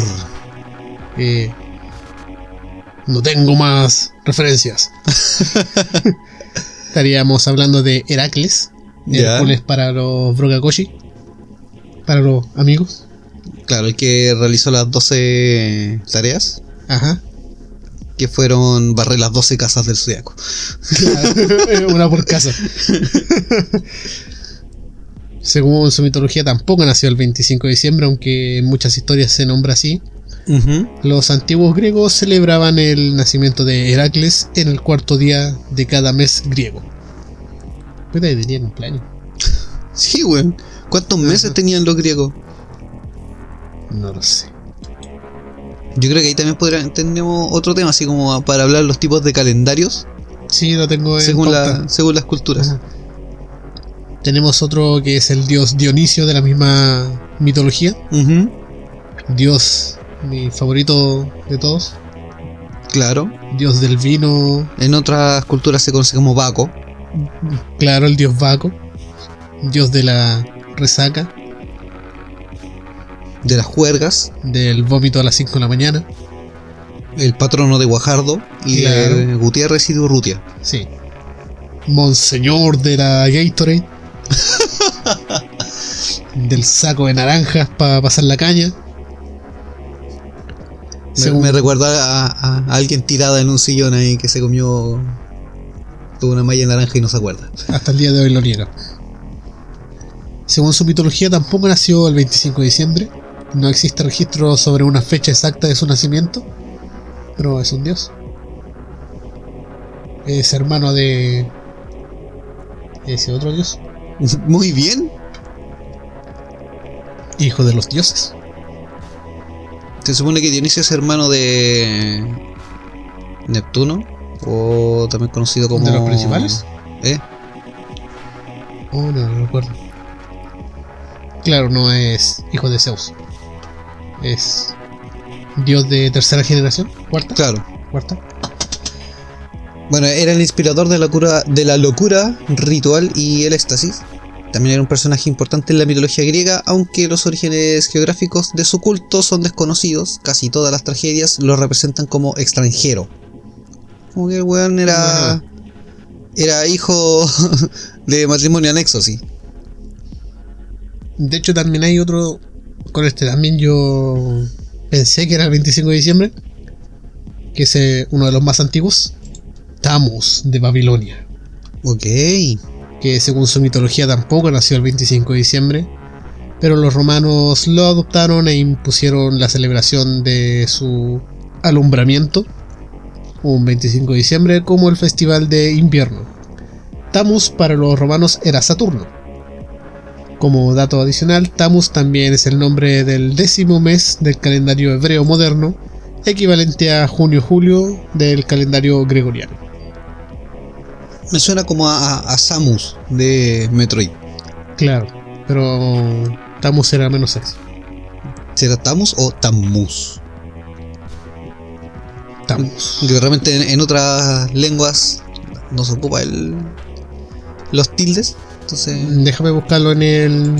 No tengo más referencias. Estaríamos hablando de Heracles. Hércules para los Brogakoshi. Para los amigos. Claro, el que realizó las 12 tareas. Ajá. Que fueron barrer las 12 casas del zodiaco. Claro, una por casa. Según su mitología tampoco nació el 25 de diciembre, aunque en muchas historias se nombra así. Los antiguos griegos celebraban el nacimiento de Heracles en el 4º día de cada mes griego. ¿Qué te tenía cumpleaños? Sí, weón. ¿Cuántos meses tenían los griegos? No lo sé. Yo creo que ahí también tenemos otro tema, así como para hablar los tipos de calendarios. Sí, lo tengo en según pauta. según las culturas. Ajá. Tenemos otro que es el dios Dionisio de la misma mitología. Dios, mi favorito de todos. Claro. Dios del vino. En otras culturas se conoce como Baco. Claro, el dios Baco. Dios de la resaca. De las juergas. Del vómito a las 5 de la mañana. El patrono de Guajardo. Y claro. de Gutiérrez y de Urrutia. Sí. Monseñor de la Gatorade. Del saco de naranjas para pasar la caña. Me recuerda a alguien tirada en un sillón ahí que se comió toda una malla naranja y no se acuerda. Hasta el día de hoy lo niega. Según su mitología tampoco nació el 25 de diciembre. No existe registro sobre una fecha exacta de su nacimiento, pero es un dios. Es hermano de ese otro dios. Muy bien. Hijo de los dioses. Se supone que Dionisio es hermano de Neptuno, o también conocido como... ¿De los principales? ¿Eh? Oh, no recuerdo. Claro, no es hijo de Zeus. Es dios de tercera generación, cuarta. Claro. Cuarta. Bueno, era el inspirador de la locura ritual y el éxtasis. También era un personaje importante en la mitología griega, aunque los orígenes geográficos de su culto son desconocidos. Casi todas las tragedias lo representan como extranjero. Como que el weón era hijo de matrimonio anexo, sí. De hecho, también hay otro. Con este también yo pensé que era el 25 de diciembre, que es uno de los más antiguos. Tammuz de Babilonia. Ok. Que según su mitología tampoco nació el 25 de diciembre, pero los romanos lo adoptaron e impusieron la celebración de su alumbramiento un 25 de diciembre como el festival de invierno. Tammuz para los romanos era Saturno. Como dato adicional, Tammuz también es el nombre del 10º mes del calendario hebreo moderno, equivalente a junio-julio del calendario gregoriano. Me suena como a Samus de Metroid. Claro, pero Tammuz era menos sexy. ¿Será Tamus o Tammuz? Tammuz. Que realmente en otras lenguas no se ocupa los tildes. Entonces... Déjame buscarlo en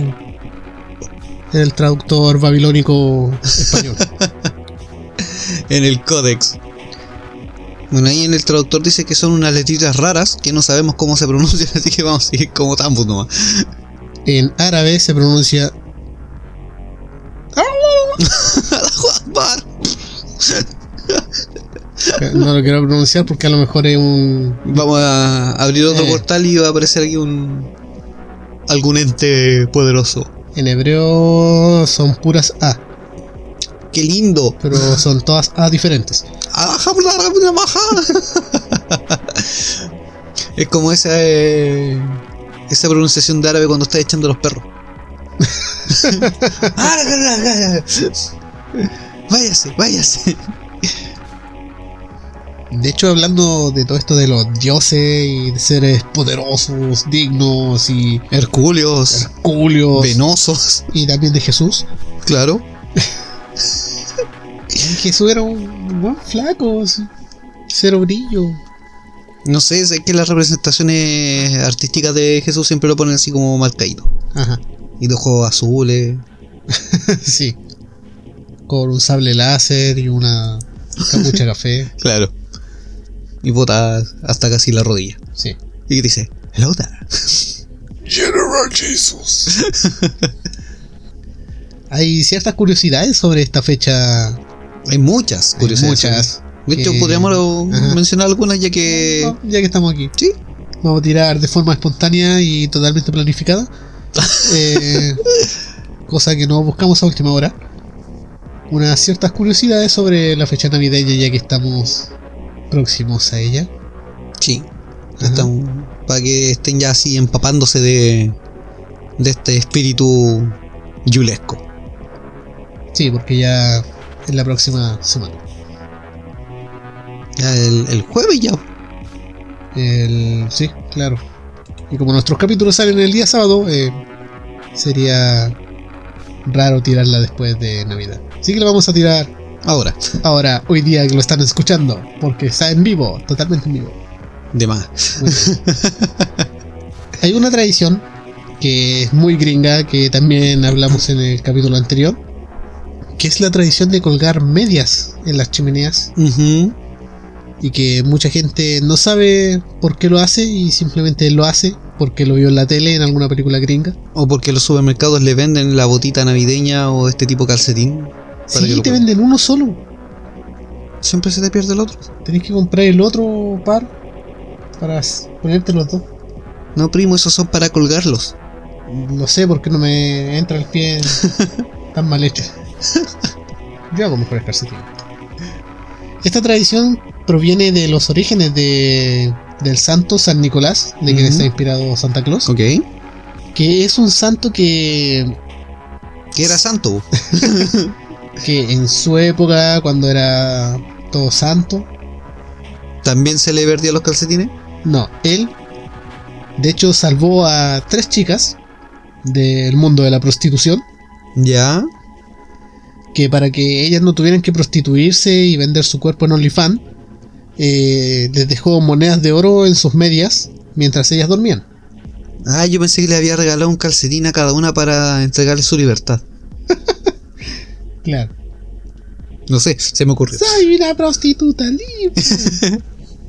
el traductor babilónico español. En el códex. Bueno, ahí en el traductor dice que son unas letritas raras que no sabemos cómo se pronuncian, así que vamos a seguir como Tammuz nomás. En árabe se pronuncia... No lo quiero pronunciar porque a lo mejor es un... Vamos a abrir otro portal y va a aparecer aquí algún ente poderoso. En hebreo son puras A. ¡Qué lindo! Pero son todas A diferentes. Es como esa pronunciación de árabe cuando estás echando los perros. Váyase. De hecho, hablando de todo esto de los dioses y de seres poderosos, dignos y Hercúleos, venosos, y también de Jesús. Claro. Jesús era un buen flaco, cero brillo. No sé, es que las representaciones artísticas de Jesús siempre lo ponen así como mal caído. Ajá. Y de ojos azules. Sí. Con un sable láser y una capucha café. Claro. Y botas hasta casi la rodilla. Sí. Y que dice, hello there. General Jesus. Hay ciertas curiosidades sobre esta fecha. Hay muchas curiosidades. Hay muchas. De hecho, podríamos mencionar algunas ya que... No, ya que estamos aquí. Sí. Vamos a tirar de forma espontánea y totalmente planificada. Cosa que no buscamos a última hora. Unas ciertas curiosidades sobre la fecha navideña ya que estamos próximos a ella. Sí. Estamos, para que estén ya así empapándose de este espíritu yulesco. Sí, porque ya es la próxima semana. Ya el jueves ya. Sí, claro. Y como nuestros capítulos salen el día sábado, sería raro tirarla después de Navidad. Así que la vamos a tirar ahora, hoy día que lo están escuchando, porque está en vivo, totalmente en vivo. De más. Hay una tradición que es muy gringa, que también hablamos en el capítulo anterior, que es la tradición de colgar medias en las chimeneas. Y que mucha gente no sabe por qué lo hace y simplemente lo hace porque lo vio en la tele en alguna película gringa. O porque los supermercados le venden la botita navideña o este tipo de calcetín. Sí, te venden uno solo. Siempre se te pierde el otro. Tenés que comprar el otro par para ponerte los dos. No, primo, esos son para colgarlos. No sé por qué no me entra el pie tan mal hecho. Yo hago mejores calcetines. Esta tradición proviene de los orígenes del santo San Nicolás, de quien está inspirado Santa Claus. Ok. Que es un santo que era santo. que en su época, cuando era todo santo, ¿También se le perdía los calcetines? no, él de hecho salvó a 3 chicas del mundo de la prostitución, Ya. que para que ellas no tuvieran que prostituirse y vender su cuerpo en OnlyFans, les dejó monedas de oro en sus medias mientras ellas dormían. Ah, yo pensé que le había regalado un calcetín a cada una para entregarle su libertad. Claro. No sé, se me ocurrió. Soy una prostituta libre.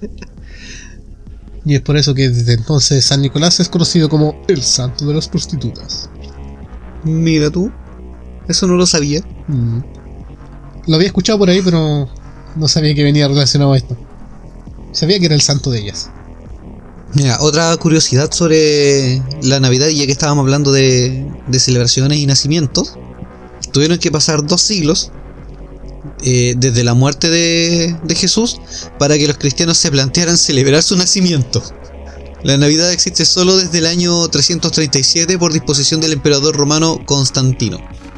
Y es por eso que desde entonces San Nicolás es conocido como el santo de las prostitutas. Mira tú, eso no lo sabía. Lo había escuchado por ahí, pero no sabía que venía relacionado a esto. Sabía que era el santo de ellas. Mira, otra curiosidad sobre la Navidad, y ya que estábamos hablando de celebraciones y nacimientos, tuvieron que pasar 2 siglos desde la muerte de Jesús para que los cristianos se plantearan celebrar su nacimiento. La Navidad existe solo desde el año 337 por disposición del emperador romano Constantino.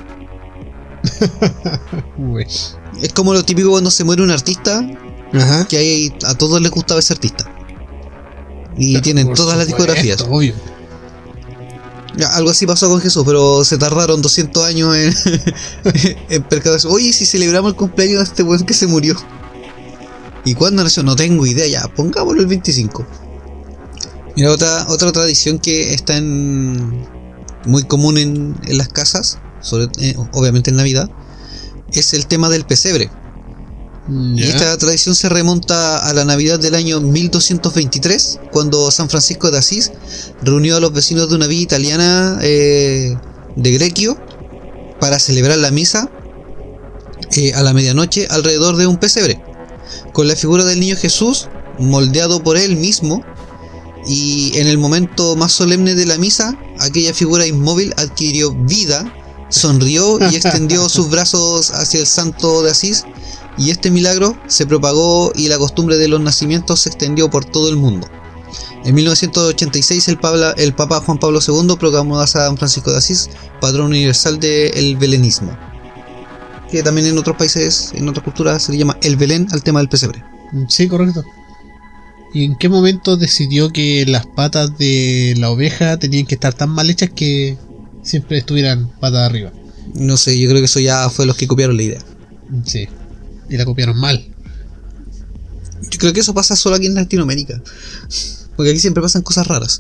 Uy. Es como lo típico cuando se muere un artista, Ajá. que a todos les gustaba ese artista. Y tienen Por todas las supuesto, discografías. Obvio. Ya, algo así pasó con Jesús, pero se tardaron 200 años en percatarse. Oye, si celebramos el cumpleaños de este weón que se murió. ¿Y cuándo nació? No tengo idea, ya, pongámoslo el 25. Mira, otra tradición que está muy común en las casas, obviamente en Navidad, es el tema del pesebre. Y esta tradición se remonta a la Navidad del año 1223, cuando San Francisco de Asís reunió a los vecinos de una villa italiana de Greccio para celebrar la misa a la medianoche alrededor de un pesebre, con la figura del niño Jesús moldeado por él mismo, y en el momento más solemne de la misa, aquella figura inmóvil adquirió vida, sonrió y extendió sus brazos hacia el santo de Asís. Y este milagro se propagó y la costumbre de los nacimientos se extendió por todo el mundo. En 1986 el Papa Juan Pablo II proclamó a San Francisco de Asís patrón universal del belenismo, que también en otros países, en otras culturas, se le llama el Belén al tema del pesebre. Sí, correcto. ¿Y en qué momento decidió que las patas de la oveja tenían que estar tan mal hechas que siempre estuvieran patas arriba? No sé, yo creo que eso ya fue los que copiaron la idea. Sí. Y la copiaron mal. Yo creo que eso pasa solo aquí en Latinoamérica, porque aquí siempre pasan cosas raras.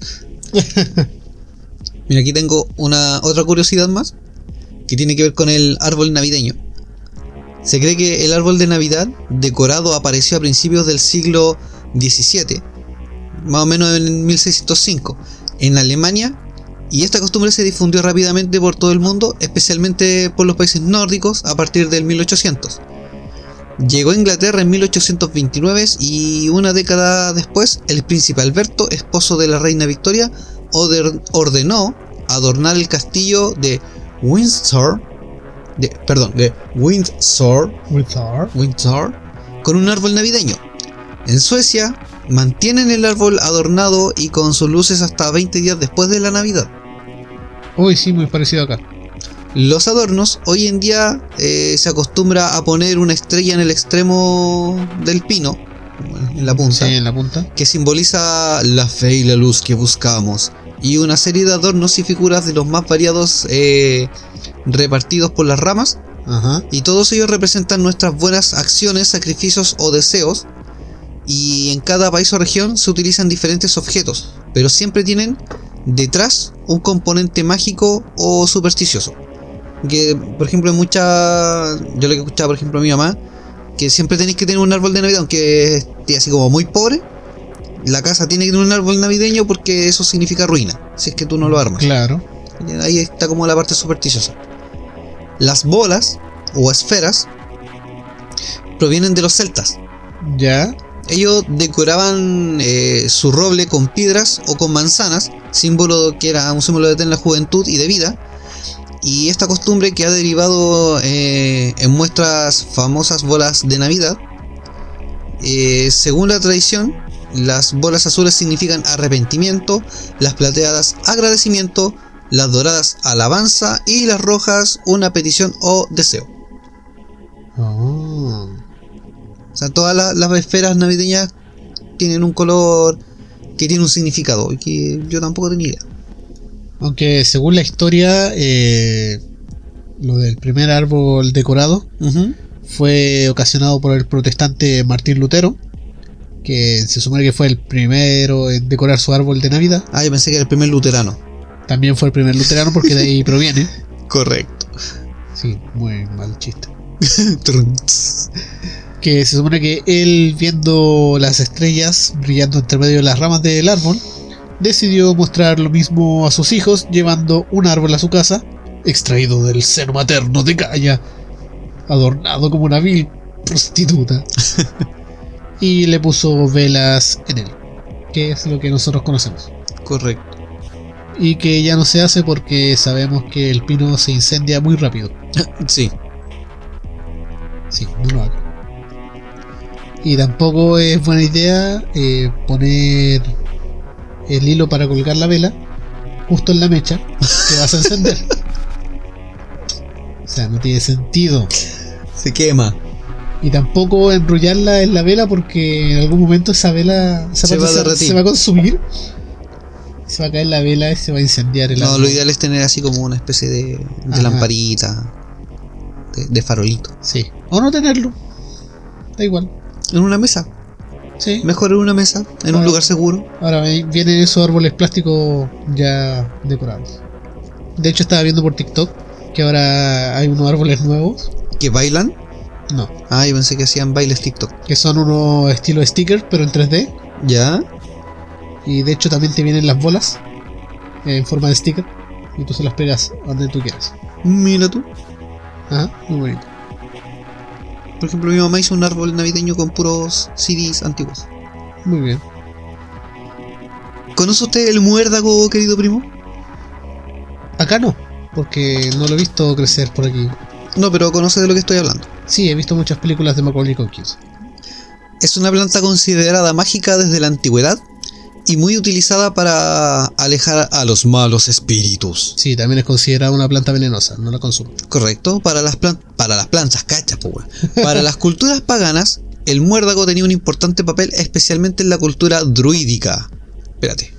Mira, aquí tengo otra curiosidad más, que tiene que ver con el árbol navideño. Se cree que el árbol de Navidad decorado apareció a principios del siglo XVII, más o menos en 1605, en Alemania, y esta costumbre se difundió rápidamente por todo el mundo, especialmente por los países nórdicos a partir del 1800. Llegó a Inglaterra en 1829 y una década después el príncipe Alberto, esposo de la reina Victoria, ordenó adornar el castillo de Windsor con un árbol navideño. En Suecia mantienen el árbol adornado y con sus luces hasta 20 días después de la Navidad. Uy, sí, muy parecido acá. Los adornos, hoy en día se acostumbra a poner una estrella en el extremo del pino, en la punta, Sí, en la punta. que simboliza la fe y la luz que buscamos, y una serie de adornos y figuras de los más variados repartidos por las ramas, Ajá. y todos ellos representan nuestras buenas acciones, sacrificios o deseos, y en cada país o región se utilizan diferentes objetos, pero siempre tienen detrás un componente mágico o supersticioso. Que, por ejemplo, yo lo que escuchaba, por ejemplo, a mi mamá, que siempre tenéis que tener un árbol de Navidad, aunque esté así como muy pobre, la casa tiene que tener un árbol navideño porque eso significa ruina, si es que tú no lo armas. Claro. Ahí está como la parte supersticiosa. Las bolas o esferas provienen de los celtas. Ya. Ellos decoraban su roble con piedras o con manzanas, símbolo que era un símbolo de la juventud y de vida. Y esta costumbre que ha derivado en muestras famosas bolas de Navidad. Según la tradición, las bolas azules significan arrepentimiento, las plateadas agradecimiento, las doradas alabanza y las rojas una petición o deseo. O sea, todas las esferas navideñas tienen un color que tiene un significado y que yo tampoco tenía idea. Aunque según la historia, lo del primer árbol decorado fue ocasionado por el protestante Martín Lutero, que se supone que fue el primero en decorar su árbol de Navidad. Ah, yo pensé que era el primer luterano. También fue el primer luterano porque de ahí proviene. Correcto. Sí, muy mal chiste. Que se supone que él, viendo las estrellas brillando entre medio de las ramas del árbol, decidió mostrar lo mismo a sus hijos, llevando un árbol a su casa, extraído del seno materno de Gaia, adornado como una vil prostituta, y le puso velas en él, que es lo que nosotros conocemos. Correcto. Y que ya no se hace porque sabemos que el pino se incendia muy rápido. Sí. Sí, no lo haga. Y tampoco es buena idea poner el hilo para colgar la vela justo en la mecha que vas a encender. O sea, no tiene sentido. Se quema. Y tampoco enrollarla en la vela porque en algún momento esa vela Se va a derretir. se va a consumir. Se va a caer la vela y se va a incendiar el No, árbol. lo ideal es tener así como una especie de lamparita, de farolito. Sí. O no tenerlo. Da igual. En una mesa. Sí. Mejor en una mesa, en un lugar seguro. Ahora vienen esos árboles plásticos ya decorados. De hecho estaba viendo por TikTok que ahora hay unos árboles nuevos. ¿Que bailan? No. Ah, yo pensé que hacían bailes TikTok. Que son unos estilo stickers pero en 3D. ¿Ya? Y de hecho también te vienen las bolas en forma de sticker. Y tú se las pegas donde tú quieras. Mira tú. Ajá, muy bonito. Por ejemplo, mi mamá hizo un árbol navideño con puros CDs antiguos. Muy bien. ¿Conoce usted el muérdago, querido primo? Acá no, porque no lo he visto crecer por aquí. No, pero conoce de lo que estoy hablando. Sí, he visto muchas películas de Macaulay Culkin. Es una planta considerada mágica desde la antigüedad y muy utilizada para alejar a los malos espíritus. Sí, también es considerada una planta venenosa, no la consumo. Correcto, para las plantas, cachas, po, weón. Para las culturas paganas, el muérdago tenía un importante papel, especialmente en la cultura druídica. Espérate.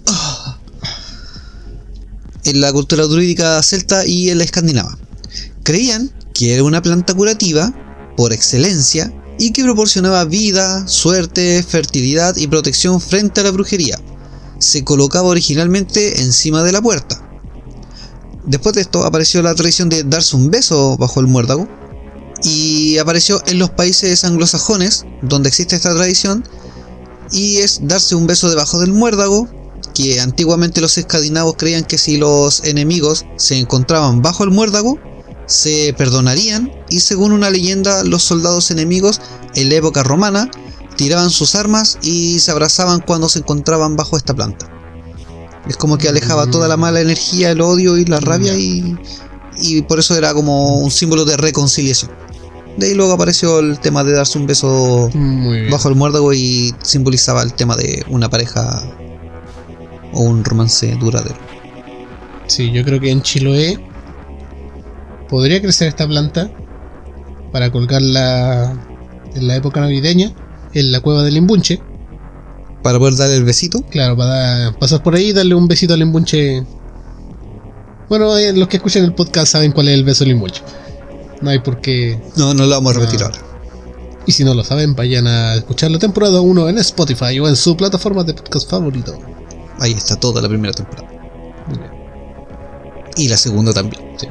En la cultura druídica celta y en la escandinava. Creían que era una planta curativa por excelencia y que proporcionaba vida, suerte, fertilidad y protección frente a la brujería. Se colocaba originalmente encima de la puerta. Después de esto apareció la tradición de darse un beso bajo el muérdago y apareció en los países anglosajones donde existe esta tradición, y es darse un beso debajo del muérdago, que antiguamente los escandinavos creían que si los enemigos se encontraban bajo el muérdago se perdonarían, y según una leyenda los soldados enemigos en la época romana tiraban sus armas y se abrazaban cuando se encontraban bajo esta planta. Es como que alejaba toda la mala energía, el odio y la rabia, y por eso era como un símbolo de reconciliación. De ahí luego apareció el tema de darse un beso bajo el muérdago y simbolizaba el tema de una pareja o un romance duradero. Sí, yo creo que en Chiloé podría crecer esta planta para colgarla en la época navideña en la cueva del Limbunche. Para poder darle el besito. Claro, para pasar por ahí y darle un besito al Limbunche. Bueno, los que escuchan el podcast saben cuál es el beso del Limbunche. No hay por qué. No lo vamos a repetir ahora. Y si no lo saben, vayan a escucharlo temporada 1 en Spotify o en su plataforma de podcast favorito. Ahí está toda la primera temporada. Muy bien. Y la segunda también. Sí.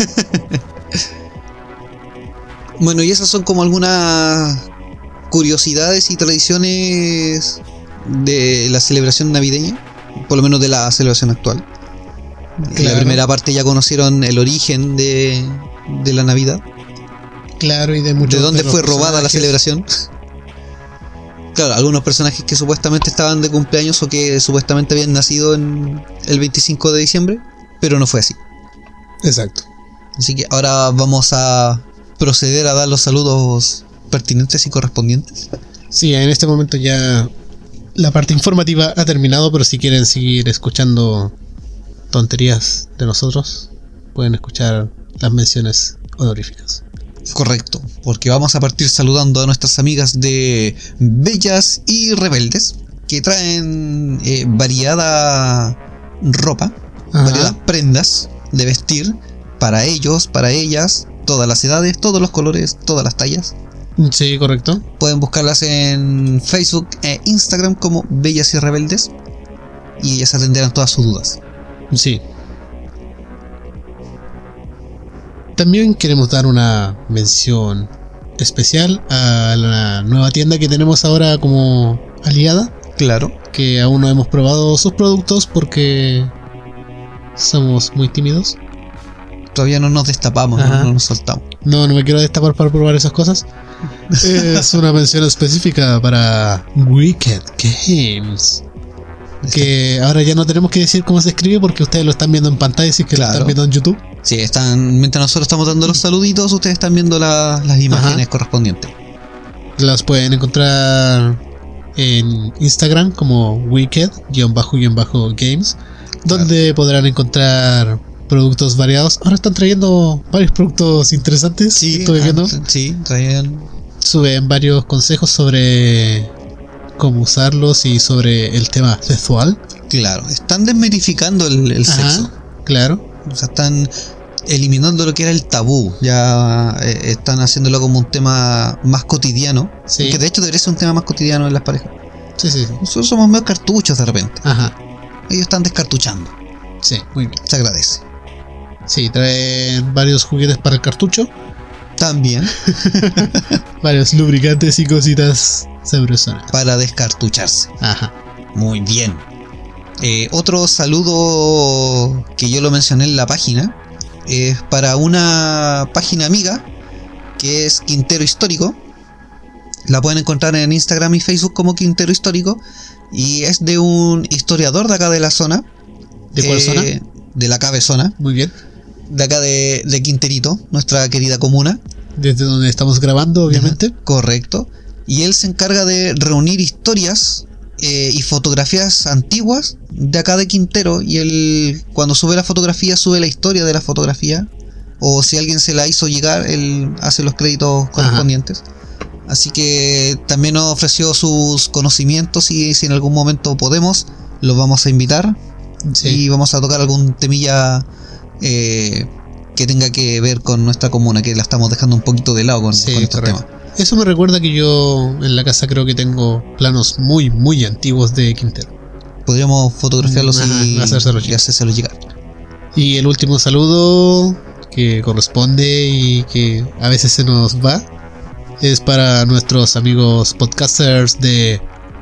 Bueno, y esas son como algunas curiosidades y tradiciones de la celebración navideña, por lo menos de la celebración actual. Claro. En la primera parte ya conocieron el origen de la Navidad. Claro, y de muchos. ¿De dónde otros fue robada la personajes. celebración? Claro, algunos personajes que supuestamente estaban de cumpleaños o que supuestamente habían nacido en el 25 de diciembre, pero no fue así. Exacto. Así que ahora vamos a proceder a dar los saludos pertinentes y correspondientes. Sí, en este momento ya la parte informativa ha terminado, pero si quieren seguir escuchando tonterías de nosotros, pueden escuchar las menciones honoríficas. Correcto, porque vamos a partir saludando a nuestras amigas de Bellas y Rebeldes, que traen variada ropa, variadas prendas de vestir para ellos, para ellas, todas las edades, todos los colores, todas las tallas. Sí, correcto. Pueden buscarlas en Facebook e Instagram como Bellas y Rebeldes y ellas atenderán todas sus dudas. Sí. También queremos dar una mención especial a la nueva tienda que tenemos ahora como aliada, Claro. que aún no hemos probado sus productos porque somos muy tímidos. Todavía no nos destapamos, no nos soltamos. No me quiero destapar para probar esas cosas. Es una mención específica para Wicked Games, que ahora ya no tenemos que decir cómo se escribe porque ustedes lo están viendo en pantalla, si es que lo están viendo en YouTube. Sí, mientras nosotros estamos dando los saluditos, ustedes están viendo las imágenes correspondientes. Las pueden encontrar en Instagram como Wicked_Games, donde podrán encontrar productos variados. Ahora están trayendo varios productos interesantes. Sí, estuve viendo. Sí, traían. Suben varios consejos sobre cómo usarlos y sobre el tema sexual. Claro, están desmitificando el sexo. Claro. O sea, están eliminando lo que era el tabú. Ya están haciéndolo como un tema más cotidiano. Sí. Que de hecho debería ser un tema más cotidiano en las parejas. Sí. Nosotros somos medio cartuchos de repente. Ajá. Ellos están descartuchando. Sí, muy bien. Se agradece. Sí, traen varios juguetes para el cartucho. También. Varios lubricantes y cositas sabrosas. Para descartucharse. Ajá. Muy bien. Otro saludo que yo lo mencioné en la página es para una página amiga que es Quintero Histórico. La pueden encontrar en Instagram y Facebook como Quintero Histórico y es de un historiador de acá de la zona. ¿De cuál zona? De la Cabezona. Muy bien. De acá de Quinterito, nuestra querida comuna. Desde donde estamos grabando, obviamente. Correcto. Y él se encarga de reunir historias y fotografías antiguas de acá de Quintero. Y él, cuando sube la fotografía, sube la historia de la fotografía. O si alguien se la hizo llegar, él hace los créditos correspondientes. Así que también nos ofreció sus conocimientos y si en algún momento podemos, los vamos a invitar. Sí. Y vamos a tocar algún temilla que tenga que ver con nuestra comuna, que la estamos dejando un poquito de lado con estos temas. Eso me recuerda que yo en la casa creo que tengo planos muy, muy antiguos de Quintero. Podríamos fotografiarlos y hacérselos llegar. Y el último saludo que corresponde y que a veces se nos va es para nuestros amigos podcasters de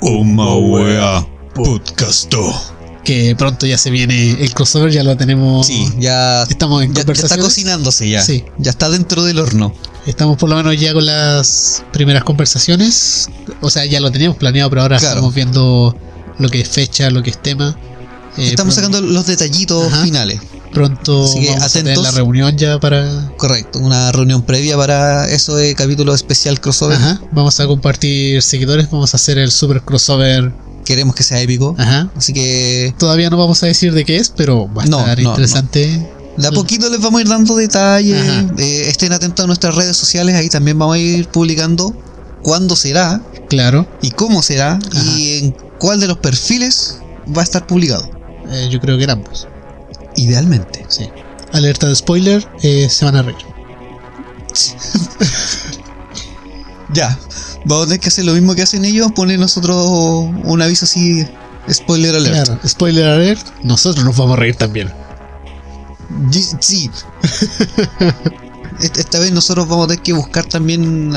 Omawea Podcasto, que pronto ya se viene el crossover, ya lo tenemos. Sí, ya estamos en conversaciones. Ya está cocinándose ya. Sí. Ya está dentro del horno. Estamos por lo menos ya con las primeras conversaciones. O sea, ya lo teníamos planeado, pero ahora estamos viendo lo que es fecha, lo que es tema. Estamos sacando los detallitos finales. Pronto así que vamos atentos. A tener la reunión ya para... Correcto, una reunión previa para eso de capítulo especial crossover. Vamos a compartir seguidores, vamos a hacer el super crossover. Queremos que sea épico. Así que... Todavía no vamos a decir de qué es, pero va a estar interesante. De a poquito les vamos a ir dando detalles. Estén atentos a nuestras redes sociales, ahí también vamos a ir publicando cuándo será. Claro. Y cómo será. Y en cuál de los perfiles va a estar publicado. Yo creo que en ambos. Idealmente. Sí. Alerta de spoiler, se van a reír. Ya. Vamos a tener que hacer lo mismo que hacen ellos, poner nosotros un aviso así, spoiler alert. Claro, spoiler alert, nosotros nos vamos a reír también. Sí. Esta vez nosotros vamos a tener que buscar también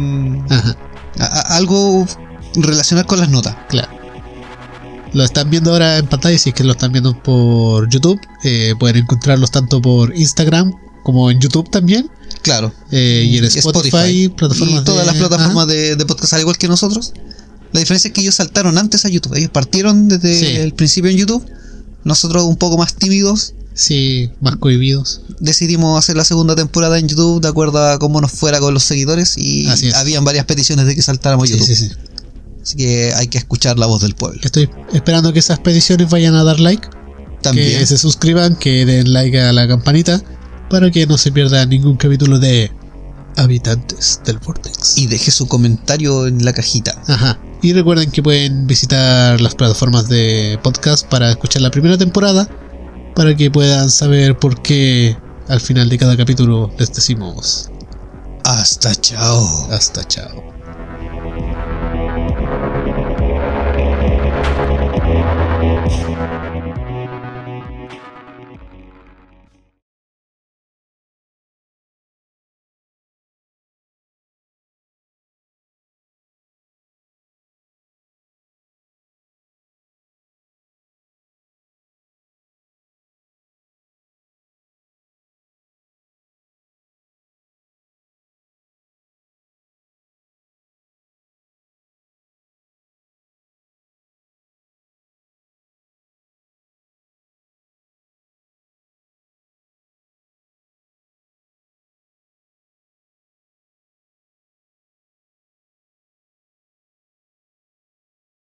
algo relacionado con las notas. Claro. Lo están viendo ahora en pantalla, si es que lo están viendo por YouTube. Pueden encontrarlos tanto por Instagram como en YouTube también. Claro. Y en Spotify plataformas y todas las plataformas de podcast, al igual que nosotros. La diferencia es que ellos saltaron antes a YouTube. Ellos partieron desde el principio en YouTube. Nosotros un poco más tímidos. Sí, más cohibidos. Decidimos hacer la segunda temporada en YouTube de acuerdo a cómo nos fuera con los seguidores. Y habían varias peticiones de que saltáramos YouTube. Sí. Así que hay que escuchar la voz del pueblo. Estoy esperando que esas peticiones vayan a dar like. También. Que se suscriban, que den like a la campanita, para que no se pierda ningún capítulo de habitantes del Vortex. Y deje su comentario en la cajita. Ajá. Y recuerden que pueden visitar las plataformas de podcast para escuchar la primera temporada, para que puedan saber por qué al final de cada capítulo les decimos Hasta chao. hasta chao.